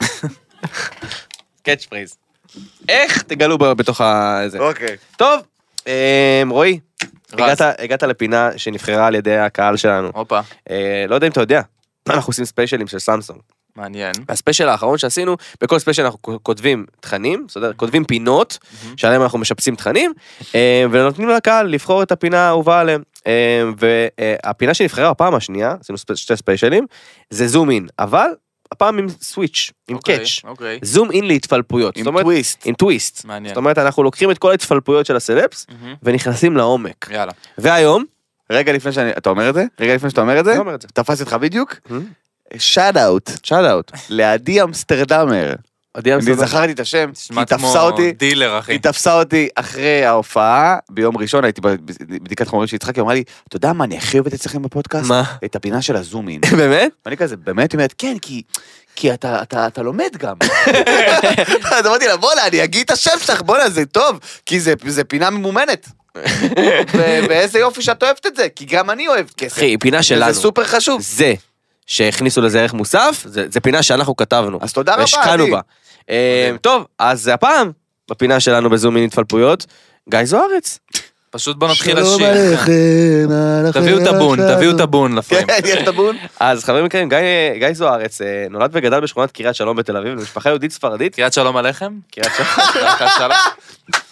קאץ' פרייז. איך תגלו בתוך הזה? אוקיי. טוב, רועי, הגעת לפינה שנבחרה על ידי הקהל שלנו. הופה. לא יודע אם אתה יודע, אנחנו עושים ספיישלים של סמסונג. מעניין. הספיישל האחרון שעשינו, בכל ספיישל אנחנו כותבים תכנים, כותבים פינות, שעליהם אנחנו משפצים תכנים, ונותנים לקהל לבחור את הפינה האהובה עליהם. והפינה שנבחרה הפעם השנייה, עשינו שתי ספיישלים, זה זום אין, אבל הפעם עם סוויץ', עם קאץ'. זום אין להתפלפויות. עם טוויסט. עם טוויסט. מעניין. זאת אומרת, אנחנו לוקחים את כל ההתפלפויות של הסלפס, ונכנסים לעומק. יאללה. והיום, רגע לפני אתה אומר את זה? רגע לפני שאתה אומר את זה? אני אומר את זה. תפס אותך בדיוק? שאט אאוט. שאט אאוט. לעדי אמסטרדמר. אני זכרתי את השם, היא תפסה אותי, דילר, אחי. היא תפסה אותי אחרי ההופעה, ביום ראשון הייתי בבדיקת חומרים של יצחק, היא אמרה לי, אתה יודע מה, אני הכי אוהבת אצלכם בפודקאסט? מה? את הפינה של הזומין. באמת? ואני כזה, באמת? היא אומרת, כן, כי אתה לומד גם. אז אמרתי לה, בוא'לה, אני אגיד את השם שלך, בוא'לה, זה טוב, כי זה פינה ממומנת. ואיזה יופי שאת אוהבת את זה, כי גם אני אוהב כסף. אחי, פינה שלנו. זה סופר חשוב. זה שהכניסו לזה ערך מוסף, זה פינה שאנחנו כתבנו. אז תודה רבה, והשקענו בה. טוב, אז הפעם, בפינה שלנו בזום אין התפלפויות, גיא זוארץ. פשוט בוא נתחיל לשיר. תביאו את הבון לפעמים. כן, יש את הבון. אז חברים יקרים, גיא זוארץ נולד וגדל בשכונת קריית שלום בתל אביב, למשפחה יהודית ספרדית. קריית שלום עליכם? קריית שלום.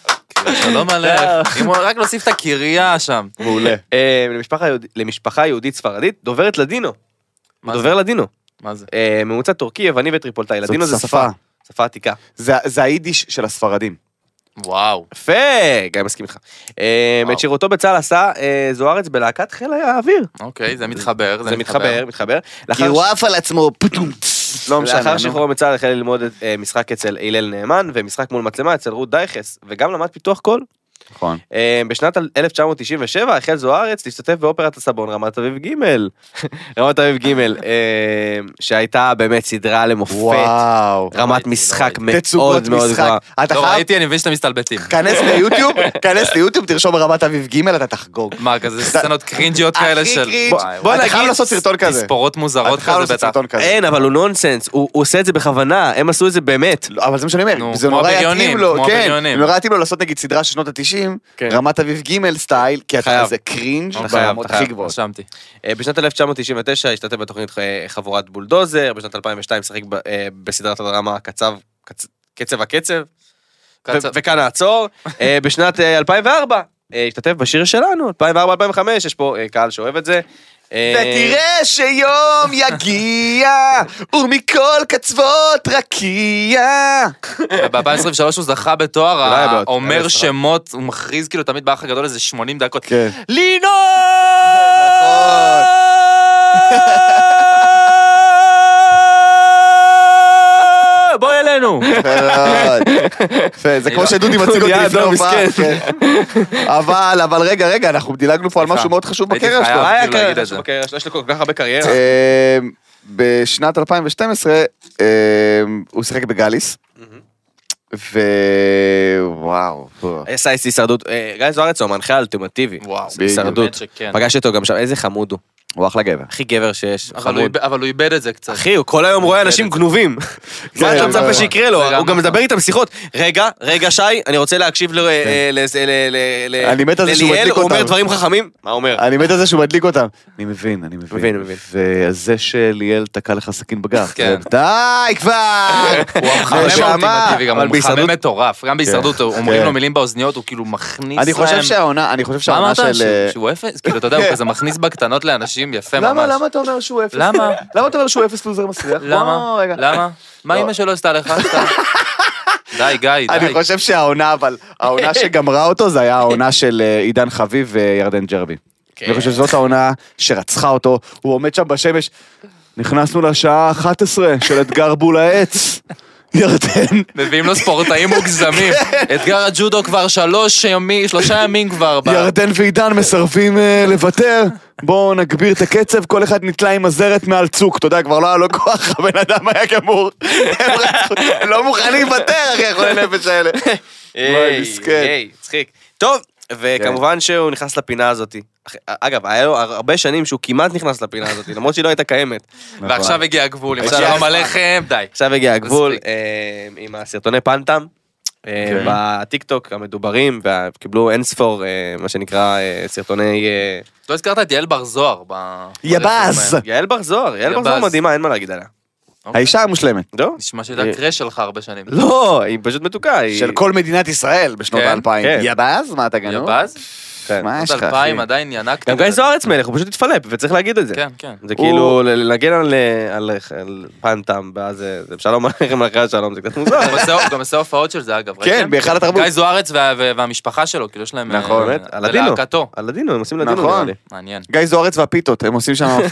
שלום עליך. אם הוא רק להוסיף את הקריה שם. מעולה. למשפחה יהודית ספרדית, דוברת לדינו. מה דובר לדינו. מה זה? ממוצע טורקי, יווני וטריפולטאי. לדינו זה שפה. שפה עתיקה. זה היידיש של הספרדים. וואו. יפה, גם מסכים איתך. את שירותו בצה"ל עשה זוארץ בלהקת חיל האוויר. אוקיי, זה מתחבר. זה מתחבר. כי הוא עף על עצמו, לא משנה. לאחר שחרור מצה"ל החל ללמוד משחק אצל הלל נאמן, ומשחק מול מצלמה אצל רות דייכס, וגם למד פיתוח קול. נכון. בשנת 1997 החל זוארץ להשתתף באופרת הסבון רמת אביב ג' רמת אביב ג' שהייתה באמת סדרה למופת. וואו. רמת משחק תצוגות מאוד מאוד משחק. גבוהה. אתה לא חייב, ראיתי, אני מבין שאתם מסתלבטים. כנס ליוטיוב, תרשום רמת אביב ג' אתה תחגוג. מה, כזה סצנות קרינג'יות כאלה הכי של... קרינג'. בוא אתה נגיד, חייב לעשות סרטון כזה. תספורות מוזרות אתה חייב כזה לעשות בטח. סרטון כזה. אין, אבל הוא נונסנס, הוא עושה את זה בכוונה, הם עשו את זה באמת. לא, אבל זה מה שאני אומר, נו, זה כמו נורא הבריונים, יתאים לו, כמו כן, הבריונים. נורא יתאים לו לעשות נגיד סדרה של שנות ה-90, כן. רמת אביב ג' סטייל, כי אתה חייב. זה קרינג' אתה חייב, ברמות אתה הכי חייב. גבוהות. רשמתי. בשנת 1999 השתתף בתוכנית חבורת בולדוזר, בשנת 2002 שחק בסדרת הדרמה קצב הקצב, וכאן נעצור. בשנת 2004 השתתף בשיר שלנו, 2004-2005, יש פה קהל שאוהב את זה. ותראה שיום יגיע, ומכל קצוות רקיע. ב-2023 הוא זכה בתואר אולי בעוד, אומר אולי שמות, הוא מכריז כאילו תמיד באח הגדול איזה 80 דקות. כן. לינו! בוא אלינו. זה כמו שדודי מציג אותי לפני הופעה. כן. אבל רגע, אנחנו דילגנו פה על משהו מאוד חשוב הייתי בקריירה שלו. חייב. היה כאילו להגיד קריירה את זה. בקריירה שלו, יש לו כל כך הרבה קריירה. בשנת 2012 הוא שיחק בגאליס. ווואו. עשה הישרדות, גיא זוארץ הוא המנחה האולטימטיבי. וואו. הישרדות. באמת שכן. פגש אותו גם שם, איזה חמוד הוא. הוא אחלה גבר. הכי גבר שיש, חמוד. אבל הוא איבד את זה קצת. אחי, הוא כל היום רואה אנשים גנובים. מה אתה מצפה שיקרה לו? זה גם הוא גם נכון. מדבר איתם שיחות. רגע, שי, אני רוצה להקשיב אני מת על זה שהוא לליאל, מדליק הוא אומר אותם. דברים חכמים. מה הוא אומר? אני מת על זה שהוא מדליק אותם. אני מבין. מבין. וזה שליאל תקע לך סכין בגח. כן. די כבר! הוא המחמם נשמה. האולטימטיבי, גם אבל הוא בהישרדות- מחמם מטורף. גם בהישרדות אומרים כן. לו מילים באוזניות, הוא כאילו מכניס אני חושב להם- שהעונה מה אמרת? של... שהוא אפס? כאילו, אתה יודע, הוא כזה מכניס בקטנות לאנשים יפה ממש. למה אתה אומר שהוא אפס? למה? למה אתה אומר שהוא אפס לוזר מסריח? למה? רגע. למה? מה אמא שלו עשתה לך? די, גיא, אני די. חושב שהעונה, אבל העונה שגמרה אותו, זה היה העונה של עידן חביב וירדן ג'רבי. אני חושב שזאת העונה שרצחה אותו, הוא עומד שם בשמש, נכנסנו לשעה 11 של אתגר בול העץ. ירדן. מביאים לו ספורטאים מוגזמים. אתגר הג'ודו כבר 3 ימים כבר. ירדן ועידן מסרבים לוותר, בואו נגביר את הקצב, כל אחד נתלה עם הזרת מעל צוק, אתה יודע, כבר לא היה לו כוח, הבן אדם היה גמור, הם לא מוכנים לוותר, אחי, החולי נפש האלה. וואי, מסכן. צחיק. טוב, וכמובן שהוא נכנס לפינה הזאת. אגב, היה לו הרבה שנים שהוא כמעט נכנס לפינה הזאת, למרות שהיא לא הייתה קיימת. ועכשיו הגיע הגבול, עם עכשיו- שלום עליכם, די. עכשיו הגיע הגבול מספיק. עם הסרטוני פנטם. בטיקטוק המדוברים, וקיבלו אין ספור, מה שנקרא, סרטוני... לא הזכרת את יעל בר זוהר. יבאז. יעל בר זוהר, יעל בר זוהר מדהימה, אין מה להגיד עליה. האישה המושלמת. לא? נשמע שהייתה קרש שלך הרבה שנים. לא, היא פשוט מתוקה. היא- של כל מדינת ישראל בשנות כן, האלפיים. כן. יבאז? מה אתה גנוב? יבאז? כן. מה יש עוד לך, אחי? 2000 עדיין ינקת. גם גיא זוארץ מלך, הוא פשוט התפלפ, וצריך להגיד את זה. כן, כן. זה כאילו, לנגן על פנטם, ואז זה שלום עליכם לאחרי השלום, זה קצת מוזר. גם עושה הופעות של זה אגב. כן, ראיתם? בהיכל התרבות. גיא זוארץ והמשפחה שלו, כאילו יש להם... נכון, באמת, על הדינו. ולהקתו. על הדינו, הם עושים לדינו. נכון. נראה לי. מעניין. גיא זוארץ והפיתות, הם עושים שם...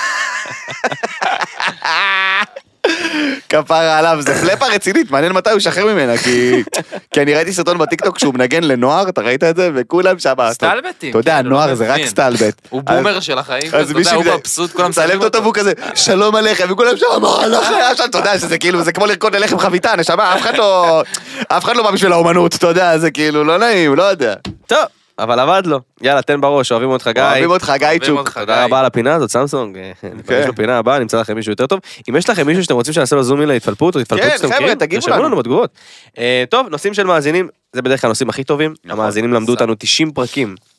כפרה עליו, זה פלאפה רצינית, מעניין מתי הוא ישחרר ממנה, כי אני ראיתי סרטון בטיקטוק שהוא מנגן לנוער, אתה ראית את זה? וכולם שם... סטלבטים. אתה יודע, כן, נוער לא זה רק מבין. סטלבט. הוא בומר של החיים, אז אתה יודע, הוא מישהו מבסוט, כולם מצלמת אותו והוא כזה, שלום עליכם, וכולם שם, מה הלך עכשיו, אתה יודע שזה כאילו, זה כמו לרקוד ללחם חביתה, נשמה, אף אחד לא בא בשביל האומנות, אתה יודע, זה כאילו לא נעים, לא יודע. טוב, אבל עבד לו. יאללה, תן בראש, אוהבים אותך גיא. אוהבים אותך, אוהבים גיא צ'וק. אותך. תודה רבה על הפינה הזאת, סמסונג. יש לו פינה הבאה, נמצא לכם מישהו יותר טוב. אם יש לכם מישהו שאתם רוצים שנעשה לו זום אין להתפלפות, או התפלפות כן, שאתם חבר'ה, מכירים, תגיבו תרשמו לנו. לנו בתגובות. טוב, נושאים של מאזינים, זה בדרך כלל הנושאים הכי טובים. המאזינים למדו אותנו 90 פרקים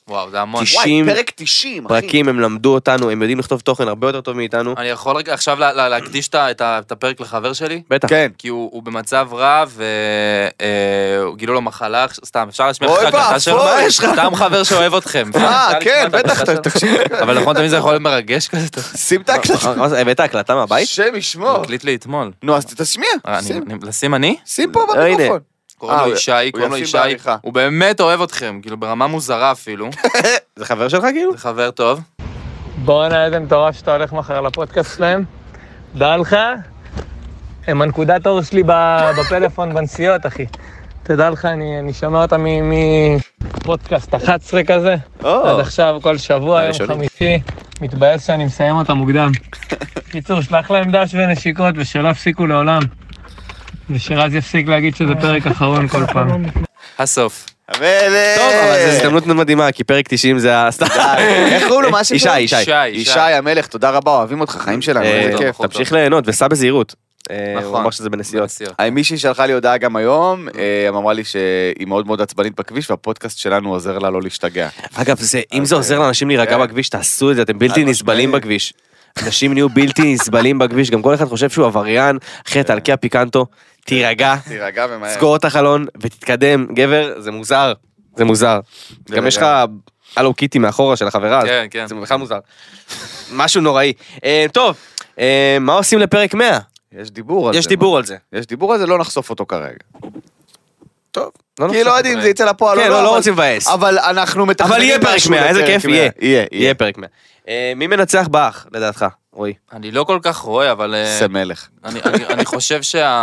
וואו, זה המון. 90 פרק 90, אחי. פרקים הם למדו אותנו, הם יודעים לכתוב תוכן הרבה יותר טוב מאיתנו. אני יכול רגע עכשיו להקדיש את הפרק לחבר שלי? בטח. כן. כי הוא במצב רע, וגילו לו מחלה, סתם, אפשר להשמיע לך אוי הקלטה שלו? ואבוי, יש לך. סתם חבר שאוהב אתכם. כן, בטח, תקשיב. אבל נכון, תמיד זה יכול להיות מרגש כזה. שים את ההקלטה. הבאת הקלטה מהבית? שם ישמור. מקליט לי אתמול. נו, אז תשמיע. לשים אני? שים פה הנה. במיקרופון. קוראים לו ישי, הוא באמת אוהב אתכם, כאילו ברמה מוזרה אפילו. זה חבר שלך כאילו? זה חבר טוב. בואנה, איזה מטורף שאתה הולך מחר לפודקאסט שלהם. דע לך, הם הנקודת אור שלי בפלאפון בנסיעות, אחי. תדע לך, אני שומע אותה מפודקאסט 11 כזה. עד עכשיו, כל שבוע, יום חמישי, מתבאס שאני מסיים אותה מוקדם. קיצור, שלח להם דש ונשיקות ושלא הפסיקו לעולם. ושרז יפסיק להגיד שזה פרק אחרון כל פעם. הסוף. טוב, אבל זו הזדמנות מדהימה, כי פרק 90 זה הסתם. איך קראו לו? מה שקוראים? ישי. המלך, תודה רבה, אוהבים אותך, חיים שלנו, איזה כיף. תמשיך ליהנות וסע בזהירות. נכון. הוא אמר שזה בנסיעות. מישהי שלחה לי הודעה גם היום, אמרה לי שהיא מאוד מאוד עצבנית בכביש, והפודקאסט שלנו עוזר לה לא להשתגע. אגב, אם זה עוזר לאנשים להירגע בכביש, תעשו את זה, אתם בלתי נסבלים בכביש. אנשים נהיו בלתי נסבלים בכביש, גם כל אחד חושב שהוא עבריין, אחרי תעלקי הפיקנטו, תירגע, סגור את החלון ותתקדם, גבר, זה מוזר, זה מוזר. גם יש לך הלו קיטי מאחורה של החברה, זה בכלל מוזר. משהו נוראי. טוב, מה עושים לפרק 100? יש דיבור על זה. יש דיבור על זה. יש דיבור על זה, לא נחשוף אותו כרגע. טוב. כי לא יודעים, זה יצא לפועל כן, לא רוצים לבאס. אבל אנחנו מתכננים... אבל יהיה פרק 100, איזה כיף, יהיה. יהיה פרק 100. מי מנצח באח, לדעתך, רועי? אני לא כל כך רואה, אבל... סמלך. אני חושב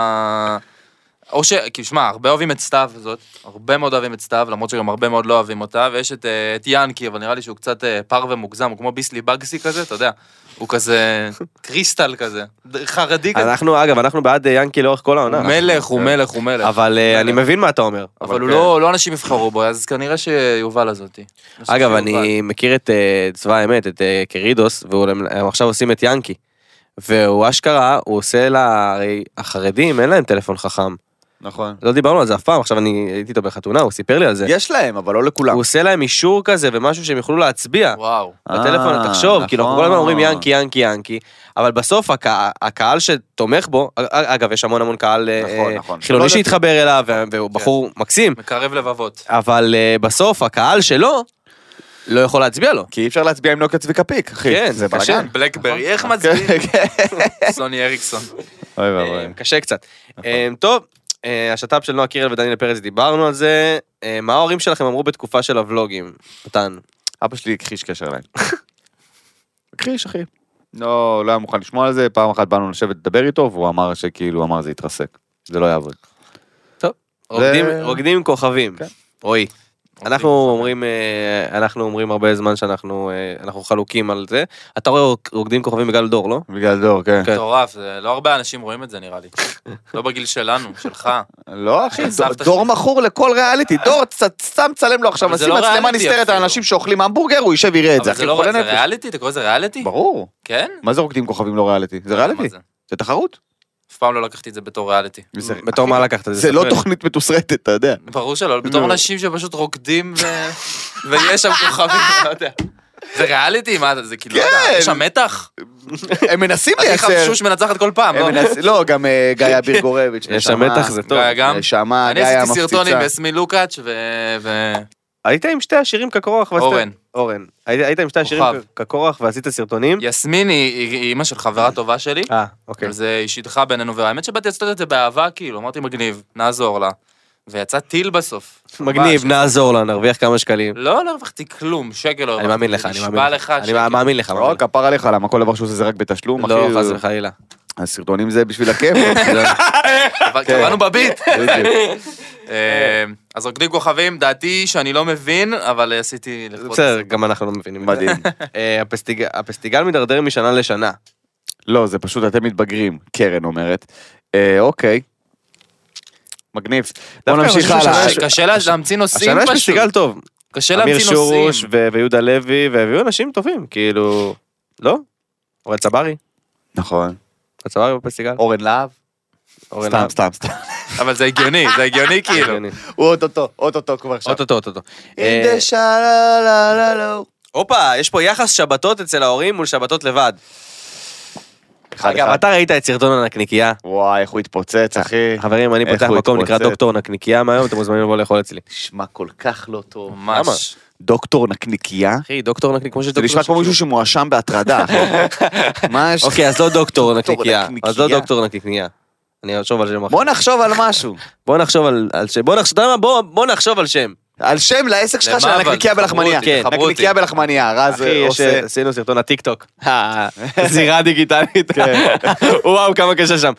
או כי שמע, הרבה אוהבים את סתיו הזאת, הרבה מאוד אוהבים את סתיו, למרות שגם הרבה מאוד לא אוהבים אותה, ויש את ינקי, אבל נראה לי שהוא קצת פר ומוגזם, הוא כמו ביסלי בגסי כזה, אתה יודע, הוא כזה קריסטל כזה, חרדי כזה. אנחנו בעד ינקי לאורך כל העונה. הוא מלך. אבל אני מבין מה אתה אומר. אבל לא אנשים יבחרו בו, אז כנראה שיובל הזאתי. אגב, אני מכיר את צבא האמת, את קרידוס, והם עכשיו עושים את ינקי. והוא אשכרה, הוא עושה החרדים, אין להם טלפון חכם. נכון. לא דיברנו על זה אף פעם, עכשיו אני הייתי איתו בחתונה, הוא סיפר לי על זה. יש להם, אבל לא לכולם. הוא עושה להם אישור כזה, ומשהו שהם יוכלו להצביע. וואו. בטלפון, תחשוב, כאילו, אנחנו כל הזמן אומרים ינקי, אבל בסוף הקהל שתומך בו, אגב, יש המון קהל חילוני שהתחבר אליו, והוא בחור מקסים. מקרב לבבות. אבל בסוף הקהל שלו, לא יכול להצביע לו. כי אי אפשר להצביע עם נוקיה צביקה פיק, אחי. כן, זה קשה. בלקברי, איך מצביעים? סוני אריקסון. קשה קצת. טוב, השת"פ של נועה קירל ודניאל פרץ, דיברנו על זה. מה ההורים שלכם אמרו בתקופה של הוולוגים? מתן. אבא שלי הכחיש קשר אליי. הכחיש, אחי. לא היה מוכן לשמוע על זה, פעם אחת באנו לשבת לדבר איתו, והוא אמר שכאילו, אמר זה יתרסק. זה לא יעבוד. טוב, רוקדים עם כוכבים. רועי. אנחנו אומרים הרבה זמן שאנחנו חלוקים על זה. אתה רואה רוקדים כוכבים בגלל דור, לא? בגלל דור, כן. מטורף, לא הרבה אנשים רואים את זה נראה לי. לא בגיל שלנו, שלך. לא אחי, דור מכור לכל ריאליטי. דור, סתם צלם לו עכשיו, נשים מצלמה נסתרת על אנשים שאוכלים המבורגר, הוא יישב ויראה את זה. אבל זה ריאליטי? אתה קורא לזה ריאליטי? ברור. כן? מה זה רוקדים כוכבים לא ריאליטי? זה ריאליטי. זה תחרות. אף פעם לא לקחתי את זה בתור ריאליטי. בתור מה לקחת את זה? זה לא תוכנית מתוסרטת, אתה יודע. ברור שלא, בתור אנשים שפשוט רוקדים ויש שם כוכבים, לא יודע. זה ריאליטי? מה זה כאילו, לא יודע, יש שם מתח? הם מנסים לייצר. הכי חפשוש מנצחת כל פעם, לא? לא, גם גיא אביר גורביץ'. יש שם מתח, זה טוב. גיא גם? אני עשיתי סרטון עם אסמי לוקאץ' היית עם שתי השירים כקורח אורן. היית עם שתי השירים כקורח ועשית סרטונים? יסמין היא אימא של חברה טובה שלי. אוקיי. זה היא שידחה בינינו, והאמת שבאתי לעשות את זה באהבה, כאילו, אמרתי מגניב, נעזור לה. ויצא טיל בסוף. מגניב, נעזור לה, נרוויח כמה שקלים. לא הרווחתי כלום, שקל לא הרווחתי. אני מאמין לך, אני מאמין לך. לא, כפר עליך, למה כל דבר שהוא עושה זה רק בתשלום, אחי. לא, חס וחלילה. הסרטונים זה בשביל הכיף. אבל קבענו בביט. אז רוקדים כוכבים, דעתי שאני לא מבין, אבל עשיתי... בסדר, גם אנחנו לא מבינים. מדהים. הפסטיגל מדרדר משנה לשנה. לא, זה פשוט אתם מתבגרים, קרן אומרת. אוקיי. מגניב. בוא נמשיך הלאה. קשה להמציא נושאים השנה יש פסטיגל טוב. קשה להמציא נושאים. אמיר שורוש ויהודה לוי, והביאו אנשים טובים, כאילו... לא? אורן צברי. נכון. צברי בפסטיגל. אורן להב. סתם. אבל זה הגיוני כאילו. הוא אוטוטו כבר שם. אוטוטו. In the shalala. הופה, יש פה יחס שבתות אצל ההורים מול שבתות לבד. אגב, אתה ראית את סרטון הנקניקייה? וואי, איך הוא התפוצץ, אחי. חברים, אני פותח מקום נקרא דוקטור נקניקייה מהיום, אתם מוזמנים לבוא לאכול אצלי. נשמע כל כך לא טוב. ממש. דוקטור נקניקייה? אחי, דוקטור נקניקייה, כמו שיש זה דוקטור... נשמע כמו מישהו שמואשם בהטרדה, אחי. מה יש? אוקיי, אז לא דוקטור נקניקייה. נקניקייה. אז לא דוקטור נקניקייה. אני אחשוב על שם אחר. בוא נחשוב על משהו. בוא נחשוב על שם. בוא נחשוב על שם. על שם לעסק שלך של למה אבל? הנקניקייה בלחמניה. כן, חברו אותי. נקניקייה בלחמניה, רז אחי, עושה... עשינו סרטון הטיקטוק. זירה דיגיטלית. וואו, כמה קשה שם.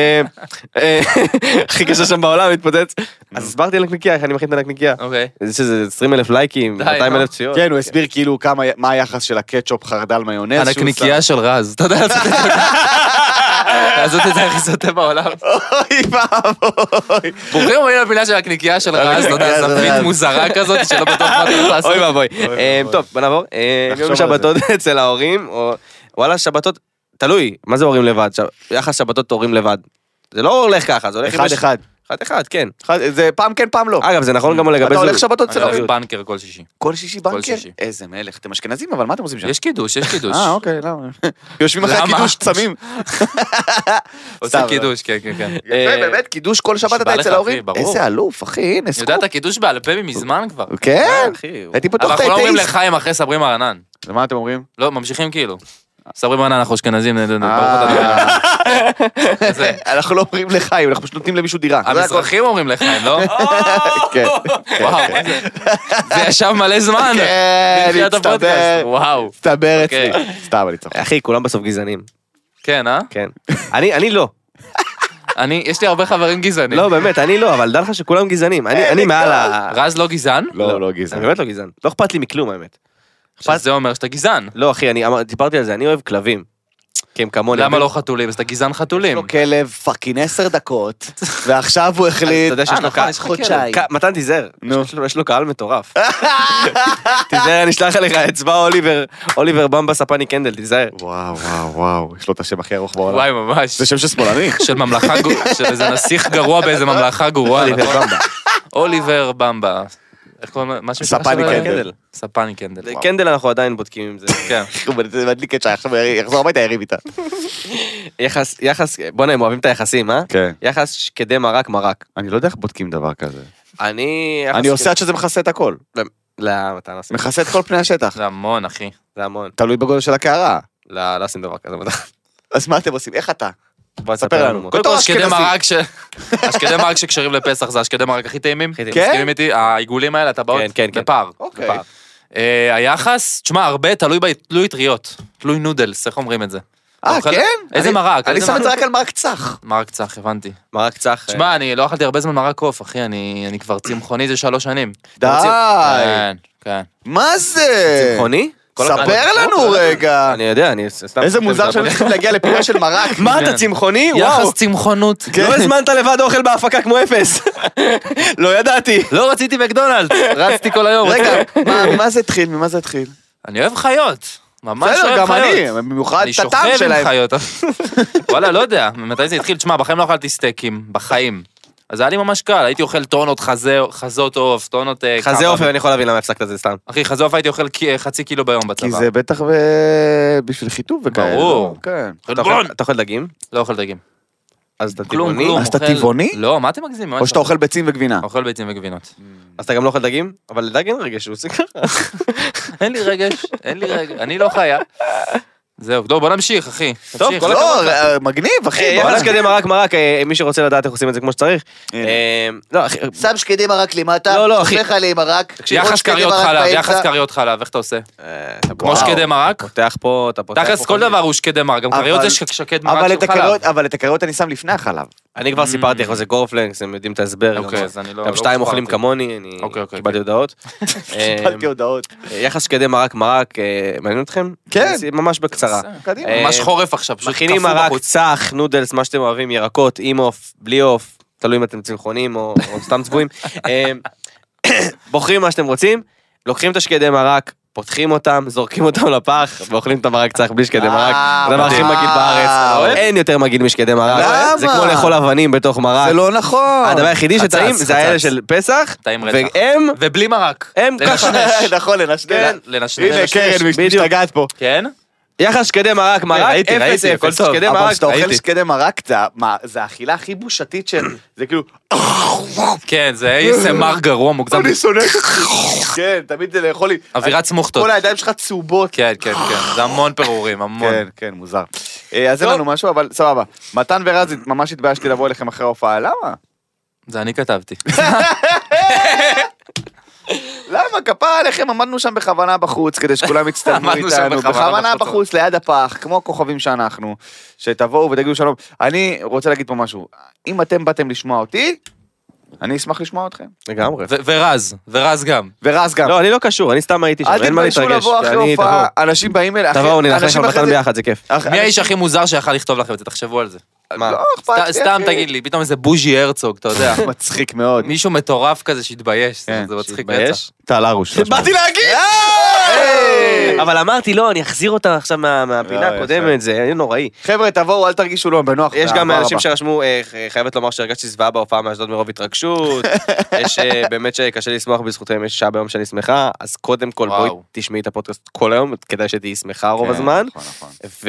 הכי קשה שם בעולם, מתפוצץ. אז הסברתי על נקניקייה, איך אני מכין את הנקניקייה. אוקיי. יש איזה 20,000 לייקים, די, 200,000 צפיות. כן, הוא הסביר כאילו מה היחס של הקטשופ, חרדל, מיונז. שהוא הנקניקייה של רז, אתה יודע לעשות את זה הכי סוטה בעולם. שם. אוי ואבוי. ברוכים הבאים לפינה של הקניקייה של רז, אתה יודע, זווית מוזרה כזאת שלא בטוח מה אתה הולך לעשות. אוי ואבוי. טוב, בוא נעבור. נחשוב יום על שבתות אצל ההורים, או... וואלה, שבתות... תלוי, מה זה הורים לבד? יחס שבתות הורים לבד. זה לא הולך ככה, זה הולך... אחד. אחד, כן. זה פעם כן, פעם לא. אגב, זה נכון גם לגבי אתה זוג. הולך שבתות אצל אני ההורים. הולך בנקר כל שישי. כל שישי בנקר? שישי. איזה מלך. אתם אשכנזים, אבל מה אתם עושים שם? יש קידוש. אוקיי, למה? יושבים אחרי למה? הקידוש צמים. עושה סתם, קידוש, כן. יפה, באמת, קידוש כל שבת אתה נשבע לך, אצל אחי, ההורים. ברור. איזה אלוף, אחי, הנה אני סקופ. יודע את הקידוש בעל פה מזמן כבר. כן, אחי, הייתי אבל פתוח את אנחנו לא אומרים הטייסט. לחיים אחרי סברי מרנן. ומה אתם אומרים? לא, ממשיכים כאילו. סברי מרנן, אנחנו אשכנזים, ברוך אתה זה. אנחנו לא אומרים לחיים, אנחנו פשוט נותנים למישהו דירה. זה הכל. המזרחים אומרים לחיים, לא? כן. וואו, זה ישב מלא זמן. כן, בתחילת הפודקאסט. הצטבר. וואו. הצטבר אצלי. אוקיי. סתם, אני צוחק. אחי, כולם בסוף גזענים. כן, כן. אני לא. יש לי הרבה חברים גזענים. לא, באמת, אני לא, אבל דע לך שכולם גזענים. אני מעל ה... רז לא גזען? לא אני גזען. באמת לא גזען. לא אכפת לי מכלום, האמת. שזה אומר שאתה גזען. לא, אחי, דיברתי על זה, אני אוהב כלבים. כי הם כמוני. למה לא חתולים? אז אתה גזען יש חתולים. לו כלב פאקינג 10 דקות, ועכשיו הוא החליט... אתה יודע שיש לו נכון, קהל... יש לך חודשיים. מתן תיזהר, נו. יש לו קהל מטורף. תיזהר, אני אשלח עליך אצבע אוליבר במבה ספני קנדל, תיזהר. וואו, יש לו את השם הכי ארוך בעולם. וואי, ממש. זה שם של שמאלני. של ממלכה, של איזה נסיך גרוע באיזה ממלכה גרועה. אוליבר נכון? במבה. אוליבר במבה. איך קוראים לו? משהו ספני שלו? קנדל. ספני קנדל. וואו. קנדל אנחנו עדיין בודקים עם זה. כן. הוא מדליק את שי, עכשיו יחזור הביתה, יריב איתה. יחס, בוא'נה, הם אוהבים את היחסים, אה? כן. יחס שקדם מרק. אני לא יודע איך בודקים דבר כזה. אני עושה עד שזה מכסה את הכל. לא, אתה לא עושים. מכסה את כל פני השטח. זה המון, אחי. זה המון. תלוי בגודל של הקערה. לא עושים דבר כזה. אז מה אתם עושים? איך אתה? בוא ספר לנו. קודם כל, בתור השקדי אשכנזי. מרק השקדי מרק שקשרים לפסח זה השקדי מרק הכי טעימים. הכי טעימים. מסכימים איתי? העיגולים האלה, הטבעות? כן. בפער. אוקיי. בפער. היחס, תשמע, הרבה תלוי טריות. תלוי נודלס, איך אומרים את זה? אתה אוכל- כן? איזה אני- מרק? אני איזה שם את זה מרק? רק על מרק צח. מרק צח, הבנתי. מרק צח. תשמע, אני לא אכלתי הרבה זמן מרק קוף, אחי, אני כבר צמחוני זה 3 שנים. די. כן. מה זה? צמחוני? ספר לנו רגע. אני יודע, אני סתם... איזה מוזר שאני צריכים להגיע לפינה של מרק. מה, כן. אתה צמחוני? וואו. יחס צמחונות. לא הזמנת לבד אוכל בהפקה כמו אפס. לא ידעתי. לא רציתי מקדונלדס, רצתי כל היום. רגע, ממה זה התחיל? ממה זה התחיל? אני אוהב חיות. ממש בסדר, אוהב גם חיות. אני, במיוחד אני את הטעם שוכב עם שלהם. חיות. וואלה, לא יודע, מתי זה התחיל? תשמע, בחיים לא אכלתי סטייקים, בחיים. אז היה לי ממש קל, הייתי אוכל טונות חזות עוף, טונות... חזה עופר, אני יכול להבין למה הפסקת את זה סתם. אחי, חזה עוף הייתי אוכל חצי קילו ביום בצבא. כי זה בטח בשביל חיטוב וכאלה. ברור. כן. אתה אוכל דגים? לא אוכל דגים. אז אתה כלום, טבעוני? כלום. אז אתה אוכל- טבעוני? לא, מה אתם מגזימים? או שאתה אוכל ביצים וגבינה? אוכל ביצים וגבינות. אז אתה גם לא אוכל דגים? אבל לדג אין רגש, הוא עושה ככה. אין לי רגש, אני לא חיה. זהו, טוב, בוא נמשיך, אחי. טוב, תמשיך. כל לא, מגניב, אחי. בוא יחס נגיד. קדם מרק, מי שרוצה לדעת איך עושים את זה כמו שצריך. הנה. לא, אחי, שם שקדי מרק למטה, לא, לא, אחי. לך עלי מרק. יחס כריות חלב, יחס כריות חלב, איך אתה עושה? כמו וואו. שקדי מרק? פותח פה, אתה פותח תכלס פה כל חלב. דבר הוא שקדי מרק, גם כריות אבל- זה שקד מרק של חלב. אבל את הכריות אני שם לפני החלב. אני כבר סיפרתי איך זה קורפלקס, הם יודעים את ההסבר. אוקיי, גם- אז אני לא... גם לא שתיים אוכלים סיפרתי. כמוני, אני אוקיי, קיבלתי הודעות. קיבלתי הודעות. יחס שקדי מרק, מעניין אתכם? כן. ממש בקצרה. קדימה. ממש חורף עכשיו, פשוט מכינים קפוא מרק, בחוץ. צח, נודלס, מה שאתם אוהבים, ירקות, עם עוף, בלי עוף, תלוי אם אתם צמחונים או סתם צבועים. בוחרים מה שאתם רוצים, לוקחים את השקדי מרק, פותחים אותם, זורקים אותם לפח, ואוכלים את המרק צח בלי שקדי מרק. זה הדבר הכי מגעיל בארץ. אין יותר מגעיל משקדי מרק. למה? זה כמו לאכול אבנים בתוך מרק. זה לא נכון. הדבר היחידי שטעים זה האלה של פסח, טעים רצח. והם, ובלי מרק. הם ככה. נכון, לנשנל. לנשנל. הנה, קרן משתגעת פה. כן? יחס שקדי מרק, אפס, הכל טוב. שקדי אבל מרק. כשאתה אוכל ראיתי. שקדי מרק, זה האכילה הכי בושתית של... זה כאילו... כן, זה ASMR גרוע מוגזם. אני שונא את עצמי. כן, תמיד זה לאכול לי. אווירת סמוכתות. כל הידיים שלך צהובות. כן, כן, כן. זה המון פירורים, המון. כן, כן, מוזר. אז אין לנו משהו, אבל סבבה. מתן ורז, ממש התביישתי לבוא אליכם אחרי ההופעה, למה? זה אני כתבתי. למה? כפרה עליכם, עמדנו שם בכוונה בחוץ, כדי שכולם יצטלמו עמדנו שם איתנו, בכוונה בכוונה בחוץ. בחוץ, ליד הפח, כמו כוכבים שאנחנו, שתבואו ותגידו שלום. אני רוצה להגיד פה משהו, אם אתם באתם לשמוע אותי, אני אשמח לשמוע אתכם. לגמרי. ורז גם. ורז גם. לא, אני לא קשור, אני סתם הייתי שם, אל אין מה תתביישו להתרגש. לבוא אחרי אני- הופעה, אנשים באים אליי, תבואו, נלך אנשים לך אחרי מתן זה- ביחד, זה כיף. מי האיש הכי מוזר שיכל לכתוב לכם את זה? תחשבו על זה. מה? לא אכפת לי, סתם אחי. תגיד לי, פתאום איזה בוז'י הרצוג, אתה יודע. מצחיק מאוד. מישהו מטורף כזה שהתבייש, כן, זה מצחיק שהתבייש? רצח. טל הרוש. באתי להגיד! היי! אבל אמרתי, לא, אני אחזיר אותה עכשיו מהפינה לא, הקודמת, זה היה נוראי. חבר'ה, תבואו, אל תרגישו לא בנוח. יש גם באהבה אנשים רבה. שרשמו, חייבת לומר שהרגשתי זוועה בהופעה מאשדוד מרוב התרגשות, יש באמת שקשה לשמוח בזכותם, יש שעה ביום שאני שמחה, אז קודם כל בואי וואו. תשמעי את הפודקאסט כל היום, כדאי שתהיי שמחה רוב כן, הזמן, נכון, נכון.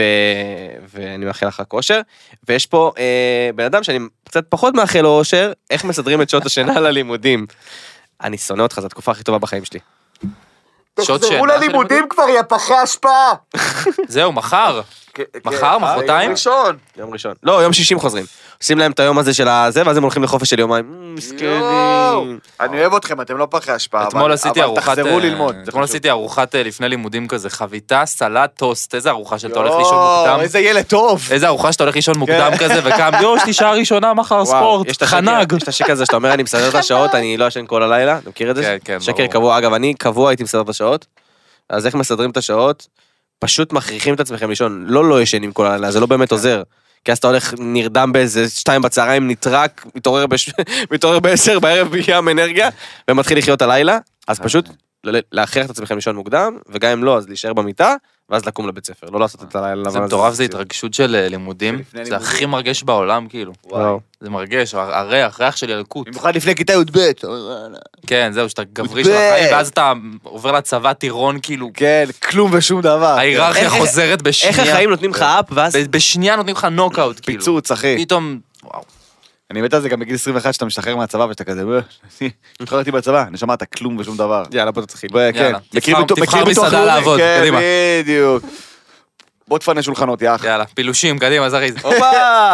ואני מאחל לך כושר, ויש פה בן אדם שאני קצת פחות מאחל לו אושר, איך מסדרים את שעות השינה ללימודים. אני שונא אותך, זו התקופה הכי טובה בחיים שלי. שעות תחזרו שינה ללימודים כבר, יא פחי השפעה. זהו, מחר. מחר, מחרתיים? ראשון. יום ראשון. לא, יום שישים חוזרים. עושים להם את היום הזה של הזה, ואז הם הולכים לחופש של יומיים. מסכנים. אני אוהב אתכם, אתם לא פחי השפעה, אתמול עשיתי אבל ארוחת... תחזרו ללמוד. אתמול עשיתי ארוחת לפני לימודים כזה, חביתה, סלט, טוסט, איזה ארוחה שאתה הולך לישון מוקדם? איזה ילד טוב. איזה ארוחה שאתה הולך לישון מוקדם כזה, וקם, יש לי שעה ראשונה מחר ספורט, יש את חנג. יש את השקר הזה שאתה אומר, אני מסדר את השעות, אני לא ישן כל הלילה, אתה מכיר את זה? כן, כן, שקר ברור. קבוע, אגב, אני קבוע הייתי מסדר את השעות, אז איך מסדרים את השעות? פשוט מכריחים את עצמכם לישון, לא ישנים כל הלילה, זה לא באמת עוזר. כי אז אתה הולך נרדם באיזה 2 בצהריים, נטרק, מתעורר ב10 בערב בים אנרגיה, ומתחיל לחיות הלילה, אז פשוט להכריח את עצמכם לישון מוקדם, וגם אם לא, אז להישאר במיטה, ואז לקום לבית ספר, לא לעשות את הלילה. זה מטורף, זה התרגשות של לימודים, לפני זה לימודים. הכי מרגש בעולם, כאילו. וואו. זה מרגש, ריח של ילקוט. במיוחד לפני כיתה י"ב. כן, זהו, שאתה גברי של החיים, ואז אתה עובר לצבא טירון, כאילו, כן, כלום ושום דבר. ההיררכיה חוזרת בשנייה. איך החיים נותנים לך אפ, ואז... בשנייה נותנים לך נוקאוט, כאילו. פיצוץ, אחי. פתאום, וואו. אני מת על זה גם בגיל 21 שאתה משתחרר מהצבא ושאתה כזה, נשחררתי בצבא, נשמע אתה כלום ושום דבר. יאללה, בוא תתחיל. כן, תבחר מסעדה לעבוד, כן, קדימה. בדיוק. בוא תפנה שולחנות, יאח. יאללה, פילושים, קדימה, זריז. הופה!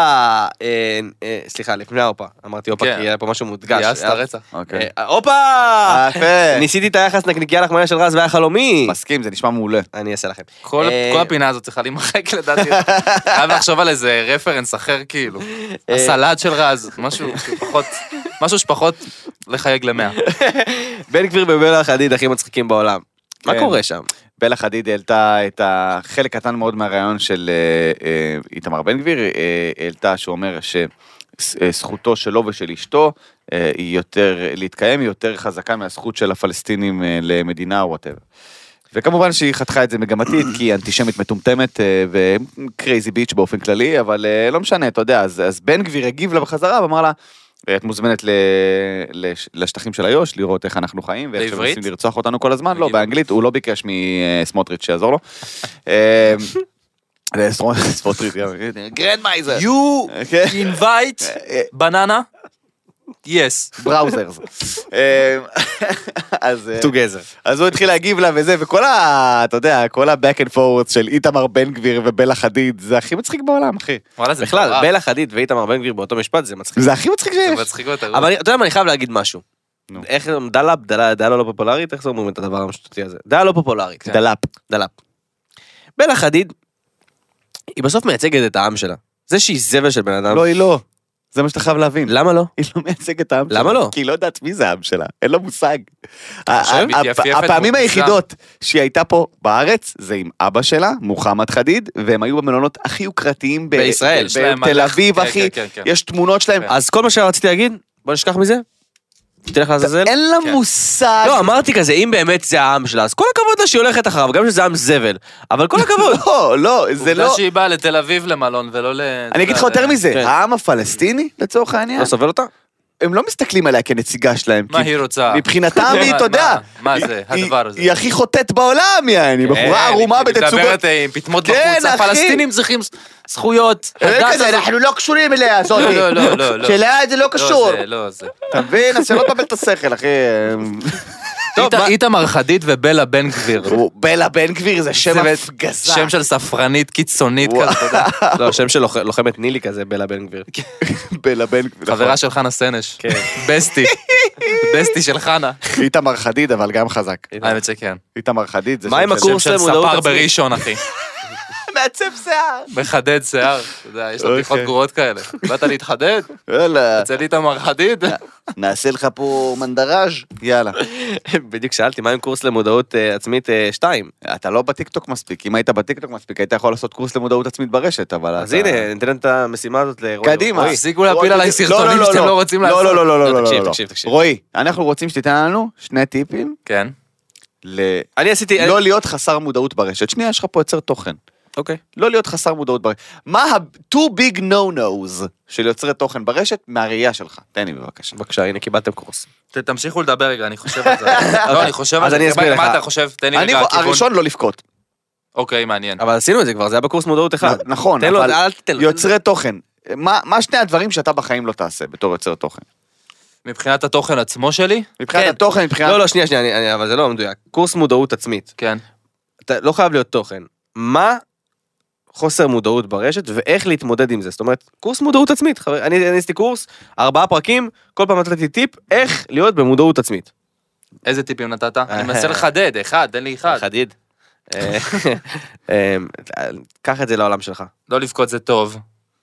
סליחה, לפני ההופה. אמרתי הופה, כן. כי היה פה משהו מודגש. יאס את הרצח. אוקיי. הופה! יפה. ניסיתי את היחס נקניקיה לחמניה של רז והיה חלומי. מסכים, זה נשמע מעולה. אני אעשה לכם. כל הפינה הזאת צריכה להימחק לדעתי. חייב לחשוב על איזה רפרנס אחר, כאילו. הסלט של רז, משהו שפחות לחייג ל100. בן גביר ובלה חדיד הכי מצחיקים בעולם. מה כן. קורה שם? בלה חדיד העלתה את החלק קטן מאוד מהרעיון של איתמר בן גביר, העלתה שהוא אומר שזכותו שלו ושל אשתו היא יותר להתקיים, היא יותר חזקה מהזכות של הפלסטינים למדינה או וואטאבר. וכמובן שהיא חתכה את זה מגמתית, כי היא אנטישמית מטומטמת וקרייזי ביץ' באופן כללי, אבל לא משנה, אתה יודע, אז בן גביר הגיב לה בחזרה ואמר לה, את מוזמנת לשטחים של איו"ש, לראות איך אנחנו חיים, ואיך שהם בעברית? מנסים לרצוח אותנו כל הזמן, לא, באנגלית, הוא לא ביקש מסמוטריץ' שיעזור לו. סמוטריץ' גם, גרנדמייזר. You כן. invite banana? Yes. בראוזרס. together. אז הוא התחיל להגיב לה וזה, וכל אתה יודע, כל ה-back and forth של איתמר בן גביר ובלה חדיד, זה הכי מצחיק בעולם, אחי. וואלה, זה בכלל, מטורף. בלה חדיד ואיתמר בן גביר באותו משפט, זה מצחיק. זה הכי מצחיק זה שיש. מצחיק יותר. אבל אתה יודע מה, אני חייב להגיד משהו. נו. איך דעה לא פופולרית? איך זה אומרים את הדבר המשטותי הזה? דעה לא פופולרית. דלאפ. בלה חדיד, היא בסוף מייצגת את העם שלה. זה שהיא זבל של בן אדם. לא, היא לא. זה מה שאתה חייב להבין. למה לא? היא לא מייצגת את העם שלה. למה לא? כי היא לא יודעת מי זה העם שלה. אין לו מושג. מתייפייפת הפעמים מוגזם. היחידות שהיא הייתה פה בארץ, זה עם אבא שלה, מוחמד חדיד, והם היו במלונות הכי יוקרתיים בישראל. יש להם בתל מלא- אביב, כן, אחי. כן, כן. יש תמונות שלהם. אז כל מה שרציתי להגיד, בוא נשכח מזה, תלך לעזאזל? אין לה מושג. לא, אמרתי כזה, אם באמת זה העם שלה, אז כל הכבוד לה שהיא הולכת אחריו, גם שזה עם זבל. אבל כל הכבוד. לא, זה לא... עובדה שהיא באה לתל אביב למלון ולא אני אגיד לך יותר מזה, כן. העם הפלסטיני, לצורך העניין, לא סובל אותה? הם לא מסתכלים עליה כנציגה שלהם. מה כי היא רוצה? מבחינתם היא, אתה יודע, מה זה, הדבר הזה? היא הכי חוטאת בעולם, יעני, בחורה ערומה בתצוגות. מדברת עם פתמות כן, בחוץ, אחי. הפלסטינים צריכים זכויות. כזה, אנחנו לא קשורים אליה, זאת. לא. שאליה זה לא קשור. לא זה. אתה מבין? אז שלא תבל את השכל, אחי. איתמר חדיד ובלה בן גביר. בלה בן גביר זה שם הפגזה. שם של ספרנית קיצונית כזה, אתה יודע. לא, שם של לוחמת נילי כזה, בלה בן גביר. בלה בן גביר. חברה של חנה סנש. בסטי. בסטי של חנה. איתמר חדיד, אבל גם חזק. האמת שכן. איתמר חדיד זה מה עם שם הקורס שם של למודעות ספר עצמית? בראשון, אחי. מעצב שיער. מחדד שיער. אתה יודע, יש לו בדיחות גרועות כאלה. באת להתחדד? יאללה. יוצא לי איתמר חדיד? נעשה לך פה מנדראז' יאללה. בדיוק שאלתי, מה עם קורס למודעות עצמית 2? אתה לא בטיקטוק מספיק, אם היית בטיקטוק מספיק, היית יכול לעשות קורס למודעות עצמית ברשת, אבל אז הנה, ניתן את המשימה הזאת לרועי. קדימה. תפסיקו להפיל עליי סרטונים שאתם לא רוצים לעשות. לא, תקשיב. רועי, אנחנו רוצים שתיתן לנו 2 טיפים כן. אני עשיתי... לא להיות חסר מודעות ברשת. שנייה, יש לך פה יוצר תוכן. אוקיי. לא להיות חסר מודעות ברשת. מה ה-2 big no-nos של יוצרי תוכן ברשת מהראייה שלך? תן לי בבקשה. בבקשה, הנה קיבלתם קורס. תמשיכו לדבר רגע, אני חושב על זה. לא, אני חושב על אז זה. אני אסביר לך. מה אתה חושב? תן לי רגע כיוון. הראשון לא לבכות. אוקיי, מעניין. אבל עשינו את זה כבר, זה היה בקורס מודעות אחד. נכון, תן לו, אבל אל תתן לו. יוצרי תוכן. מה 2 הדברים שאתה בחיים לא תעשה בתור יוצר תוכן? מבחינת התוכן עצמו שלי? מבחינת התוכן, מבחינת... לא, שנייה, אבל זה לא מדויק. קורס מודעות עצמית. כן. אתה לא חייב להיות תוכן. מה חוסר מודעות ברשת ואיך להתמודד עם זה? זאת אומרת, קורס מודעות עצמית. אני עשיתי קורס, 4 פרקים, כל פעם נתתי טיפ, איך להיות במודעות עצמית. איזה טיפים נתת? אני מנסה לחדד, תן לי אחד. חדיד. קח את זה לעולם שלך. לא לבכות זה טוב.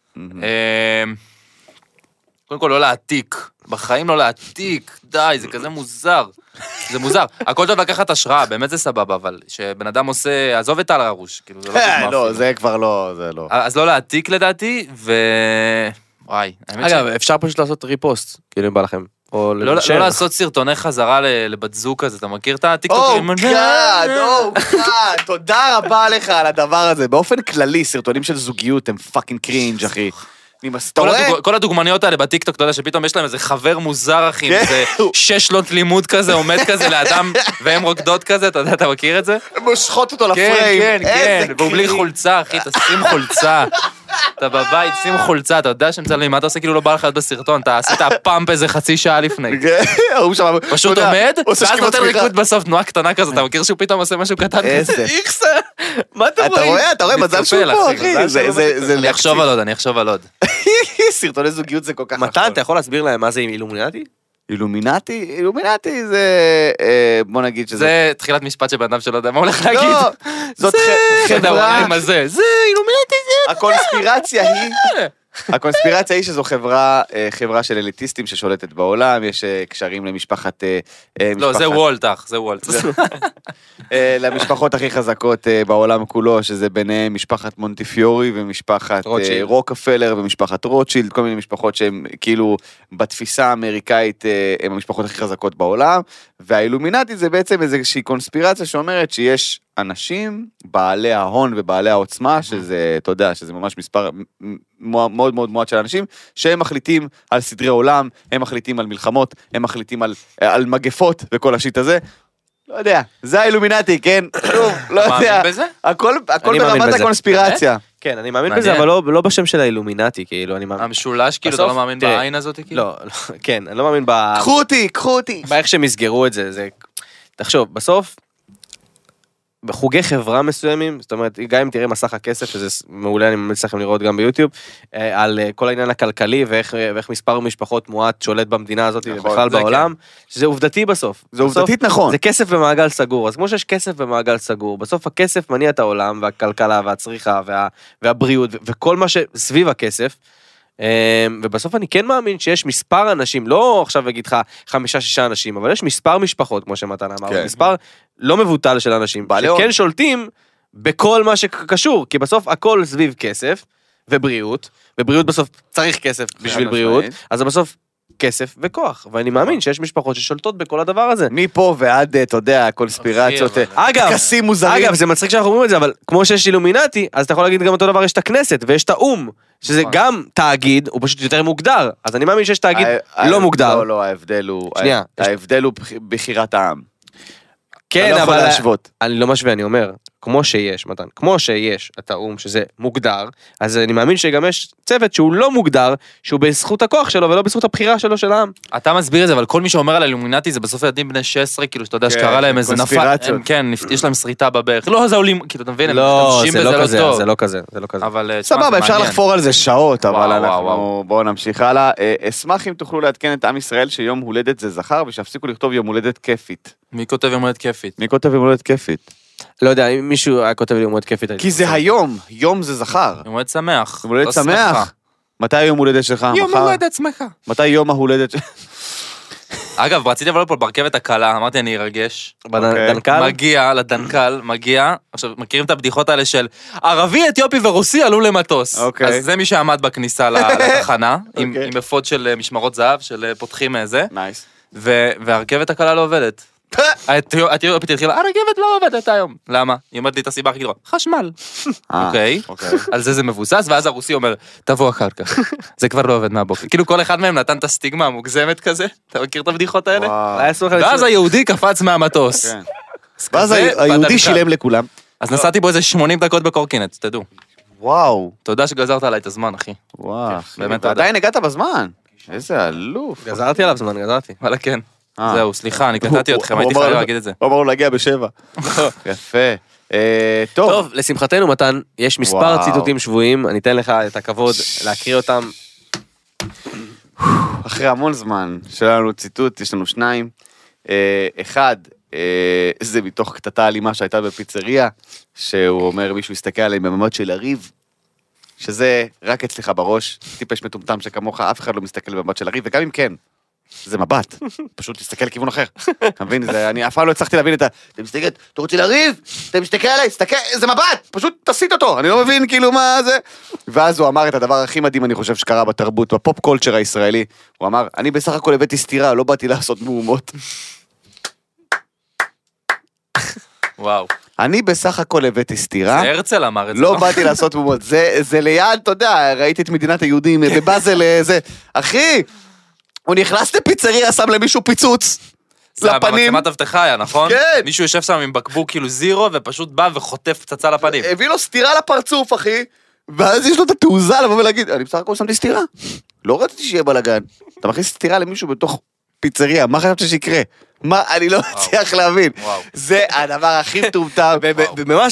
קודם כל לא להעתיק. בחיים לא להעתיק. די, זה כזה מוזר. זה מוזר. הכל טוב לקחת השראה, באמת זה סבבה, אבל שבן אדם עושה, עזוב את על הראש. כאילו, זה לא טוב לא, מאפילו. זה כבר לא, זה לא. אז לא להעתיק לדעתי, וואי, האמת אגב, אפשר פשוט לעשות ריפוסט, כאילו אם בא לכם. או לא לשאר. לעשות סרטוני חזרה לבת זוג כזה, אתה מכיר את הטיקטוק? גאד, תודה רבה לך על הדבר הזה. באופן כללי, סרטונים של זוגיות הם פאקינג קרינג', אחי. אתה רואה? כל הדוגמניות האלה בטיקטוק, אתה יודע שפתאום יש להם איזה חבר מוזר, אחי, כן. איזה 6 שנות לימוד כזה, עומד כזה לאדם, והם רוקדות כזה, אתה יודע, אתה מכיר את זה? הם מושכות אותו כן, לפריים. כן, כן, איזה והוא בלי קרינג'. חולצה, אחי, תשים חולצה. אתה בבית, שים חולצה, אתה יודע שמצלמים, מה אתה עושה כאילו לא בא לך להיות בסרטון, אתה עשית פאמפ איזה חצי שעה לפני. הוא שם, פשוט אתה יודע, עומד, עושה ואז שכיבות נותן צמיחה. ריקוד בסוף, תנועה קטנה כזה, אתה מכיר שהוא פתאום עושה משהו קטן כזה? איזה. איקס, מה אתם אתה רואה, מזל שהוא מתקפל, פה, אחי, אחי. זה אני אחשוב על עוד, אני אחשוב על עוד. סרטוני זוגיות זה כל כך מתן, אתה יכול להסביר להם מה זה אילומינטי? אילומינטי זה, בוא נגיד שזה... זה תחילת משפט של בן אדם שלא יודע מה הולך להגיד. לא, זאת חברה... זה אילומינטי זה. הקונספירציה היא שזו חברה של אליטיסטים ששולטת בעולם, יש קשרים למשפחת... לא, זה וולט, אח, זה וולט. למשפחות הכי חזקות בעולם כולו, שזה ביניהם משפחת מונטיפיורי ומשפחת רוטשילד. רוקפלר ומשפחת רוטשילד, כל מיני משפחות שהן כאילו בתפיסה האמריקאית הן המשפחות הכי חזקות בעולם, והאילומינטי זה בעצם איזושהי קונספירציה שאומרת שיש אנשים, בעלי ההון ובעלי העוצמה, שזה, אתה יודע, שזה ממש מספר מאוד מאוד מועט של אנשים, שהם מחליטים על סדרי עולם, הם מחליטים על מלחמות, הם מחליטים על מגפות וכל השיט הזה. לא יודע, זה האילומינטי, כן? שוב, לא יודע. מאמין בזה? הכל אני מאמין ברמת בזה. הקונספירציה. כן, אני מאמין מעניין. בזה, אבל לא בשם של האילומינטי, כאילו, אני מאמין. המשולש, כאילו, אתה בסוף, לא מאמין תראה, בעין הזאת, כאילו? לא, כן, אני לא מאמין קחו אותי. באיך שהם יסגרו את זה, זה... תחשוב, בחוגי חברה מסוימים, זאת אומרת, גם אם תראה מסך הכסף, שזה מעולה, אני ממליץ לכם לראות גם ביוטיוב, על כל העניין הכלכלי, ואיך מספר משפחות מועט שולט במדינה הזאת, נכון, ובכלל זה בעולם, שזה עובדתי בסוף. זה עובדתית נכון. זה כסף במעגל סגור, אז כמו שיש כסף במעגל סגור, בסוף הכסף מניע את העולם, והכלכלה, והצריכה, והבריאות, וכל מה שסביב הכסף, ובסוף אני כן מאמין שיש מספר אנשים, לא עכשיו אגיד לך 5-6 אנשים, אבל יש מספר משפחות, כמו שמתן אמר, כן. מספר לא מבוטל של אנשים, בעלי שכן הון. שולטים בכל מה שקשור, כי בסוף הכל סביב כסף ובריאות, ובריאות בסוף צריך כסף בשביל משמעית. בריאות, אז בסוף כסף וכוח, ואני מאמין שיש משפחות ששולטות בכל הדבר הזה. מפה ועד, אתה יודע, קונספירציות, טקסים מוזרים. אגב, זה מצחיק שאנחנו אומרים את זה, אבל כמו שיש אילומינטי, אז אתה יכול להגיד גם אותו דבר, יש את הכנסת ויש את האום, שזה גם תאגיד, הוא פשוט יותר מוגדר, אז אני מאמין שיש תאגיד לא מוגדר. לא, ההבדל הוא בחירת העם. כן, אבל אני לא משווה, אני אומר, כמו שיש, מתן, כמו שיש את האום שזה מוגדר, אז אני מאמין שגם יש צוות שהוא לא מוגדר, שהוא בזכות הכוח שלו ולא בזכות הבחירה שלו של העם. אתה מסביר את זה, אבל כל מי שאומר על האילומינטי זה בסוף ילדים בני 16, כאילו שאתה יודע שקרה להם איזה נפל, כן, יש להם שריטה בברך, לא, זה עולים, כאילו אתה מבין, לא, זה לא כזה. סבבה, אפשר לחפור על זה שעות, אבל אנחנו, בואו נמשיך הלאה. אשמח אם תוכלו לעדכן את עם ישראל שיום הולדת זה זכר, ושהפסיקו לכתוב יום הולדת כיפית. מי כותב יום הולדת כיפית? מי כותב יום הולדת כיפית? לא יודע, אם מישהו היה כותב לי יום הולדת כיפית. כי זה היום, יום זה זכר. יום הולדת שמח. יום הולדת שמח. מתי היום הולדת שלך? יום הולדת שמחה. מתי יום ההולדת שלך? אגב, רציתי לבוא לפה ברכבת הקלה, אמרתי אני ארגש. בדנקל? מגיע, לדנקל, מגיע, עכשיו מכירים את הבדיחות האלה של ערבי, אתיופי ורוסי עלו למטוס. אז זה מי שעמד בכניסה לתחנה, עם אפוד של משמרות זהב, של פותחים איזה. נייס. והרכבת הקלה לא עובדת. האתיופית התחילה, הרכבת לא עובדת היום. למה? היא אומרת לי את הסיבה הכי גדולה, חשמל. אוקיי, על זה מבוסס, ואז הרוסי אומר, תבוא אחר כך. זה כבר לא עובד מהבוקר. כאילו כל אחד מהם נתן את הסטיגמה המוגזמת כזה, אתה מכיר את הבדיחות האלה? ואז היהודי קפץ מהמטוס. ואז היהודי שילם לכולם. אז נסעתי בו איזה 80 דקות בקורקינט, תדעו. וואו. תודה שגזרת עליי את הזמן, אחי. וואו. עדיין הגעת בזמן. איזה אלוף. גזרתי עליו זמן, גזרתי. וואלה כן. זהו, סליחה, אני קטעתי אתכם, הייתי חייב להגיד את זה. הוא אמר לו להגיע ב7. יפה. טוב, לשמחתנו מתן, יש מספר ציטוטים שבויים, אני אתן לך את הכבוד להקריא אותם. אחרי המון זמן שלנו ציטוט, יש לנו 2. אחד, זה מתוך קטטה אלימה שהייתה בפיצריה, שהוא אומר, מישהו הסתכל עליהם בממד של הריב, שזה רק אצלך בראש, טיפש מטומטם שכמוך, אף אחד לא מסתכל במבט של הריב, וגם אם כן, זה מבט, פשוט תסתכל לכיוון אחר, אתה מבין? אני אף פעם לא הצלחתי להבין את אתה מסתכל, אתה רוצה לריב? אתה מסתכל עליי, זה מבט, פשוט תסיט אותו, אני לא מבין כאילו מה זה. ואז הוא אמר את הדבר הכי מדהים, אני חושב שקרה בתרבות, בפופ קולצ'ר הישראלי, הוא אמר, אני בסך הכל הבאתי סתירה, לא באתי לעשות מהומות. וואו. אני בסך הכל הבאתי סתירה. זה הרצל אמר את זה. לא באתי לעשות מהומות, זה ליד, אתה יודע, ראיתי את מדינת היהודים בבאזל, זה, אחי, הוא נכנס לפיצריה, שם למישהו פיצוץ לפנים. זה במצלמת אבטחה היה, נכון? כן. מישהו יושב שם עם בקבוק כאילו זירו, ופשוט בא וחוטף פצצה לפנים. הביא לו סתירה לפרצוף, אחי, ואז יש לו את התעוזה לבוא ולהגיד, אני בסך הכל שמתי סתירה. לא רציתי שיהיה בלגן. אתה מכניס סתירה למישהו בתוך פיצריה, מה חשבת שיקרה? מה, אני לא מצליח להבין. זה הדבר הכי מטומטם. ממש,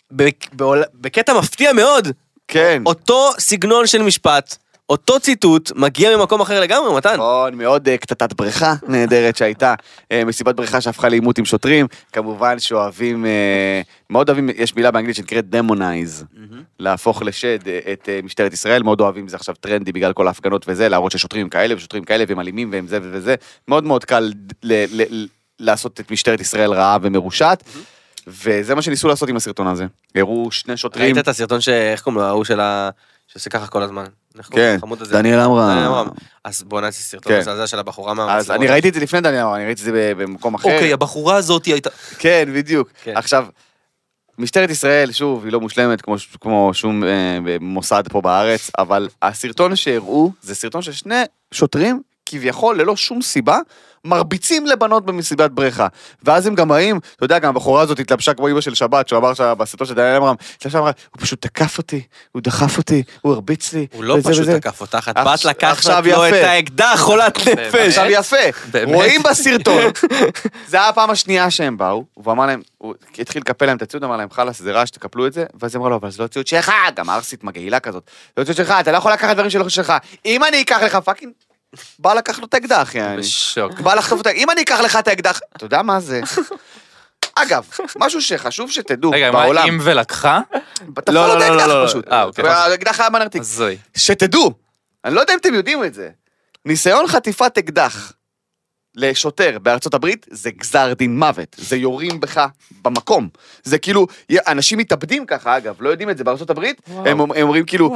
בקטע מפתיע מאוד. כן. אותו סגנון של משפט, אותו ציטוט, מגיע ממקום אחר לגמרי, מתן. נכון, מאוד קטטת בריכה נהדרת שהייתה, מסיבת בריכה שהפכה לעימות עם שוטרים, כמובן שאוהבים, מאוד אוהבים, יש מילה באנגלית שנקראת דמונייז, להפוך לשד את משטרת ישראל, מאוד אוהבים, זה עכשיו טרנדי בגלל כל ההפגנות וזה, להראות ששוטרים כאלה ושוטרים כאלה והם אלימים והם זה וזה, מאוד מאוד קל לעשות את משטרת ישראל רעה ומרושעת, וזה מה שניסו לעשות עם הסרטון הזה. הראו 2 שוטרים. ראית את הסרטון שאיך קוראים לו, ההוא שעושה ככה כל הזמן. כן, דניאל עמרם. אז בוא נעשה סרטון הזה של הבחורה מהמצלמות. אז אני ראיתי את זה לפני דניאל עמרם, אני ראיתי את זה במקום אחר. אוקיי, הבחורה הזאת הייתה... כן, בדיוק. עכשיו, משטרת ישראל, שוב, היא לא מושלמת כמו שום מוסד פה בארץ, אבל הסרטון שהראו, זה סרטון של 2 שוטרים, כביכול ללא שום סיבה, מרביצים לבנות במסיבת בריכה. ואז הם גם ראים, אתה יודע, גם הבחורה הזאת התלבשה כמו אמא של שבת, שהוא אמר בסרטון של דניאל עמרם, הוא פשוט תקף אותי, הוא דחף אותי, הוא הרביץ לי. הוא לא פשוט תקף אותך, את באת לקחת לו את האקדח חולת נפש. עכשיו יפה, רואים בסרטון, זה היה הפעם השנייה שהם באו, והוא אמר להם, הוא התחיל לקפל להם את הציוד, אמר להם, חלס, זה רע שתקפלו את זה, ואז אמרו לו, אבל זה לא ציוד שלך, גם ארסית מגעילה כזאת, זה לא ציוד שלך, אתה לא יכול לקחת דברים שלך, אם אני אקח לך פאקינג בא לקח לו את האקדח, בא לחטוף אותה, אם אני אקח לך את האקדח, אתה יודע מה זה? אגב, משהו שחשוב שתדעו בעולם. רגע, מה אם ולקחה? תפל לו את האקדח פשוט. האקדח היה מנרתיק. זוי. שתדעו, אני לא יודע אם אתם יודעים את זה, ניסיון חטיפת אקדח, לשוטר בארצות הברית, זה גזר דין מוות, זה יורים בך במקום, זה כאילו, אנשים מתאבדים ככה, אגב, לא יודעים את זה בארצות הברית, הם אומרים כאילו,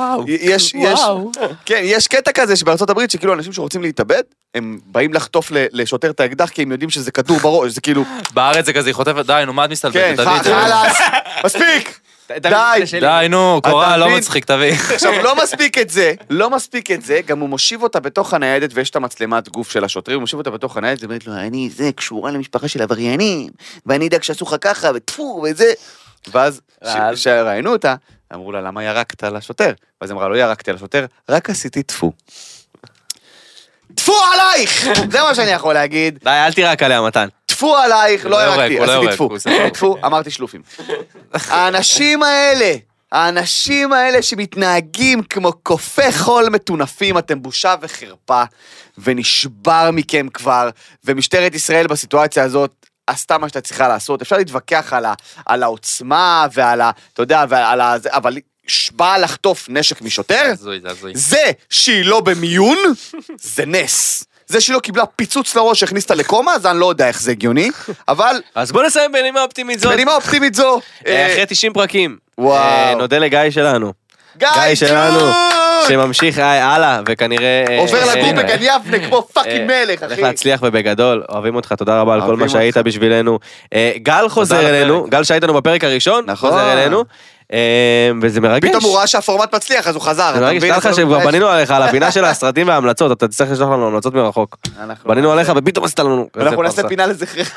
יש קטע כזה שבארצות הברית, שכאילו אנשים שרוצים להתאבד, הם באים לחטוף לשוטר את האקדח, כי הם יודעים שזה כדור בראש, זה כאילו... בארץ זה כזה, היא חוטפת, די, נו, מה את מסתלבטת? כן, חלאס, מספיק! די, נו, קורל, לא מצחיק, תביא. עכשיו, לא מספיק את זה, גם הוא מושיב אותה בתוך הניידת, ויש את המצלמת גוף של השוטרים, הוא מושיב אותה בתוך הניידת, ואומרת לו, אני זה קשורה למשפחה של עבריינים, ואני אדאג שעשו לך ככה, וטפו, וזה. ואז, כשראינו אותה, אמרו לה, למה ירקת לשוטר? ואז אמרה, לא ירקתי לשוטר, רק עשיתי טפו. טפו עלייך! זה מה שאני יכול להגיד. די, אל תירק עליה, מתן. טפו עלייך, לא ירקתי, עשיתי טפו. טפו, אמרתי שלופים. האנשים האלה שמתנהגים כמו קופי חול מטונפים, אתם בושה וחרפה, ונשבר מכם כבר, ומשטרת ישראל בסיטואציה הזאת, עשתה מה שאתה צריכה לעשות. אפשר להתווכח על העוצמה ועל אתה יודע, אבל באה לחטוף נשק משוטר, זה שהיא לא במיון, זה נס. זה שהיא לא קיבלה פיצוץ לראש שהכניס אותה לקומה, אז אני לא יודע איך זה הגיוני, אבל... אז בוא נסיים בנימה אופטימית זו. בנימה אופטימית זו. אחרי 90 פרקים. וואו. נודה לגיא שלנו. גיא שלנו, שממשיך הלאה, וכנראה... עובר לגור בגן יבנה כמו פאקינג מלך, אחי. צריך להצליח ובגדול, אוהבים אותך, תודה רבה על כל מה שהיית בשבילנו. גל חוזר אלינו, גל שהייתנו בפרק הראשון, חוזר אלינו. וזה מרגש. פתאום הוא ראה שהפורמט מצליח, אז הוא חזר. זה מרגש, תדע לך שכבר בנינו עליך, על הפינה של הסרטים וההמלצות, אתה תצטרך לשלוח לנו המלצות מרחוק. בנינו עליך ופתאום עשית לנו. אנחנו נעשה פינה לזכרך.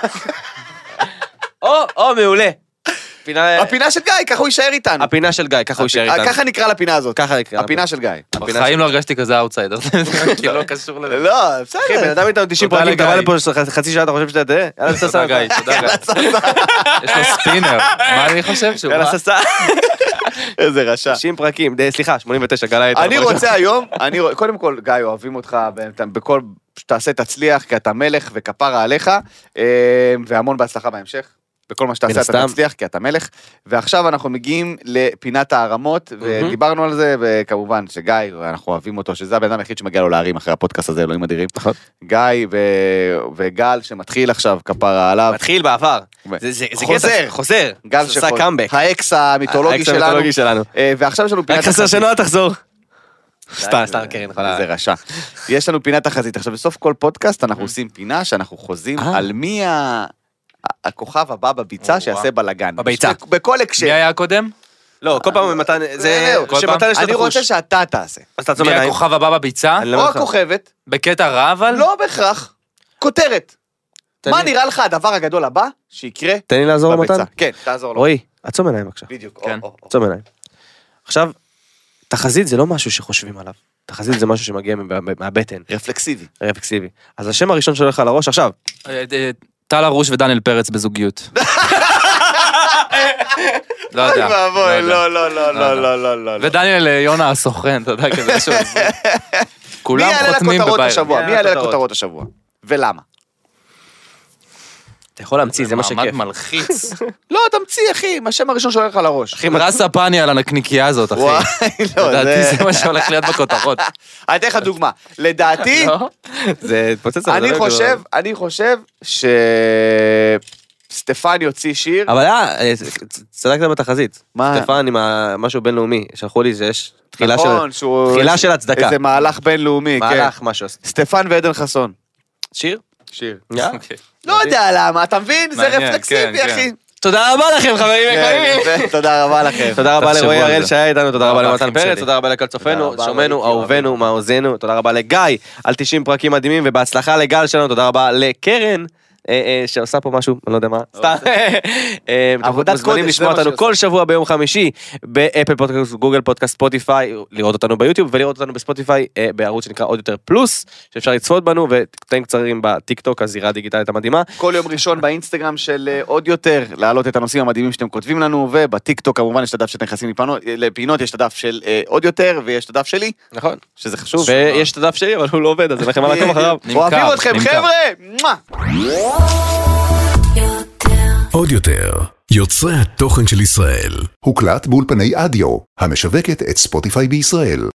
או, מעולה. הפינה של גיא, ככה הוא יישאר איתנו. הפינה של גיא, ככה הוא יישאר איתנו. ככה נקרא לפינה הזאת. ככה נקרא. הפינה של גיא. בחיים לא הרגשתי כזה אאוטסיידר. כי לא קשור לזה. לא, בסדר. אחי, בן אדם איתנו 90 פרקים, אתה בא לפה חצי שעה, אתה חושב שאתה תהיה? יאללה, ססה. גיא, תודה גיא. יש לו ספינר. מה אני חושב שהוא? יאללה, ססה. איזה רשע. 90 פרקים, סליחה, 89, גל היית. אני רוצה היום, קודם כל, גיא, אוהבים אותך, בכל שתעשה תצליח, כי אתה מלך וכפרה עליך, והמון בהצלחה בהמשך. בכל מה שתעשה אתה תצליח, כי אתה מלך. ועכשיו אנחנו מגיעים לפינת הערמות, ודיברנו על זה, וכמובן שגיא, אנחנו אוהבים אותו, שזה הבן אדם היחיד שמגיע לו להרים אחרי הפודקאסט הזה, אלוהים אדירים. גיא וגל שמתחיל עכשיו כפרה עליו. מתחיל בעבר. חוזר. גל שעשה קאמבק. האקס המיתולוגי שלנו. ועכשיו יש לנו פינת... רק חסר שנועה תחזור. סתם, קרן. זה רשע. יש לנו פינת החזית. עכשיו, בסוף כל פודקאסט אנחנו עושים פינה שאנחנו חוזים על מי הכוכב הבא בביצה שיעשה בלגן. בביצה. בכל הקשר. מי היה הקודם? לא, כל פעם מתן, זה שמתן יש לו אני רוצה שאתה תעשה. מי הכוכב הבא בביצה? או הכוכבת. בקטע רע אבל? לא בהכרח. כותרת. מה נראה לך הדבר הגדול הבא שיקרה? תן לי לעזור למתן. כן, תעזור לו. רועי, עצום עיניים בבקשה. בדיוק. עצום עיניים. עכשיו, תחזית זה לא משהו שחושבים עליו. תחזית זה משהו שמגיע מהבטן. רפלקסיבי. אז השם הראשון שהולך על הראש עכשיו. טל הרוש ודניאל פרץ בזוגיות. לא יודע. לא. ודניאל יונה הסוכן, אתה יודע, כזה משהו. כולם חותמים בבית. מי יעלה לכותרות השבוע? ולמה? אתה יכול להמציא, זה מה שכיף. מעמד מלחיץ. לא, תמציא, אחי, השם הראשון שהולך על הראש. אחי, רס הפני על הנקניקייה הזאת, אחי. וואי, לא, לדעתי זה מה שהולך להיות בכותרות. אני אתן לך דוגמה. לדעתי, זה התפוצץ על זה. אני חושב סטפן יוציא שיר. אבל צדקת בתחזית. סטפן עם משהו בינלאומי. שלחו לי, יש תחילה של הצדקה. איזה מהלך בינלאומי, כן. מהלך משהו. סטפן ועדן חסון. שיר? שיר. לא יודע למה, אתה מבין? זה רפלקסיבי, אחי. תודה רבה לכם, חברים יקרים. תודה רבה לכם. תודה רבה לרועי הראל שהיה איתנו, תודה רבה למתן פרץ, תודה רבה לכל צופנו, שומנו, אהובנו, מעוזנו, תודה רבה לגיא על 90 פרקים מדהימים, ובהצלחה לגל שלנו, תודה רבה לקרן, שעושה פה משהו, אני לא יודע מה, סתם. אתם מוזמנים לשמוע אותנו כל שבוע ביום חמישי, באפל פודקאסט, גוגל פודקאסט, ספוטיפיי, לראות אותנו ביוטיוב, ולראות אותנו בספוטיפיי, בערוץ שנקרא עוד יותר פלוס, שאפשר לצפות בנו, וקטעים קצרים בטיק טוק, הזירה הדיגיטלית המדהימה. כל יום ראשון באינסטגרם של עוד יותר, להעלות את הנושאים המדהימים שאתם כותבים לנו, ובטיק טוק כמובן יש את הדף שאתם נכנסים לפינות, יש את הדף של עוד יותר, ויש את הדף שלי. נכון. שזה חשוב. ויש את הדף שלי, אבל הוא לא עובד, אז לכם על הקום אחריו. אוהבים אתכם, חבר'ה! עוד יותר, יוצרי התוכן של ישראל. הוקלט באולפני אדיו, המשווקת את ספוטיפיי בישראל.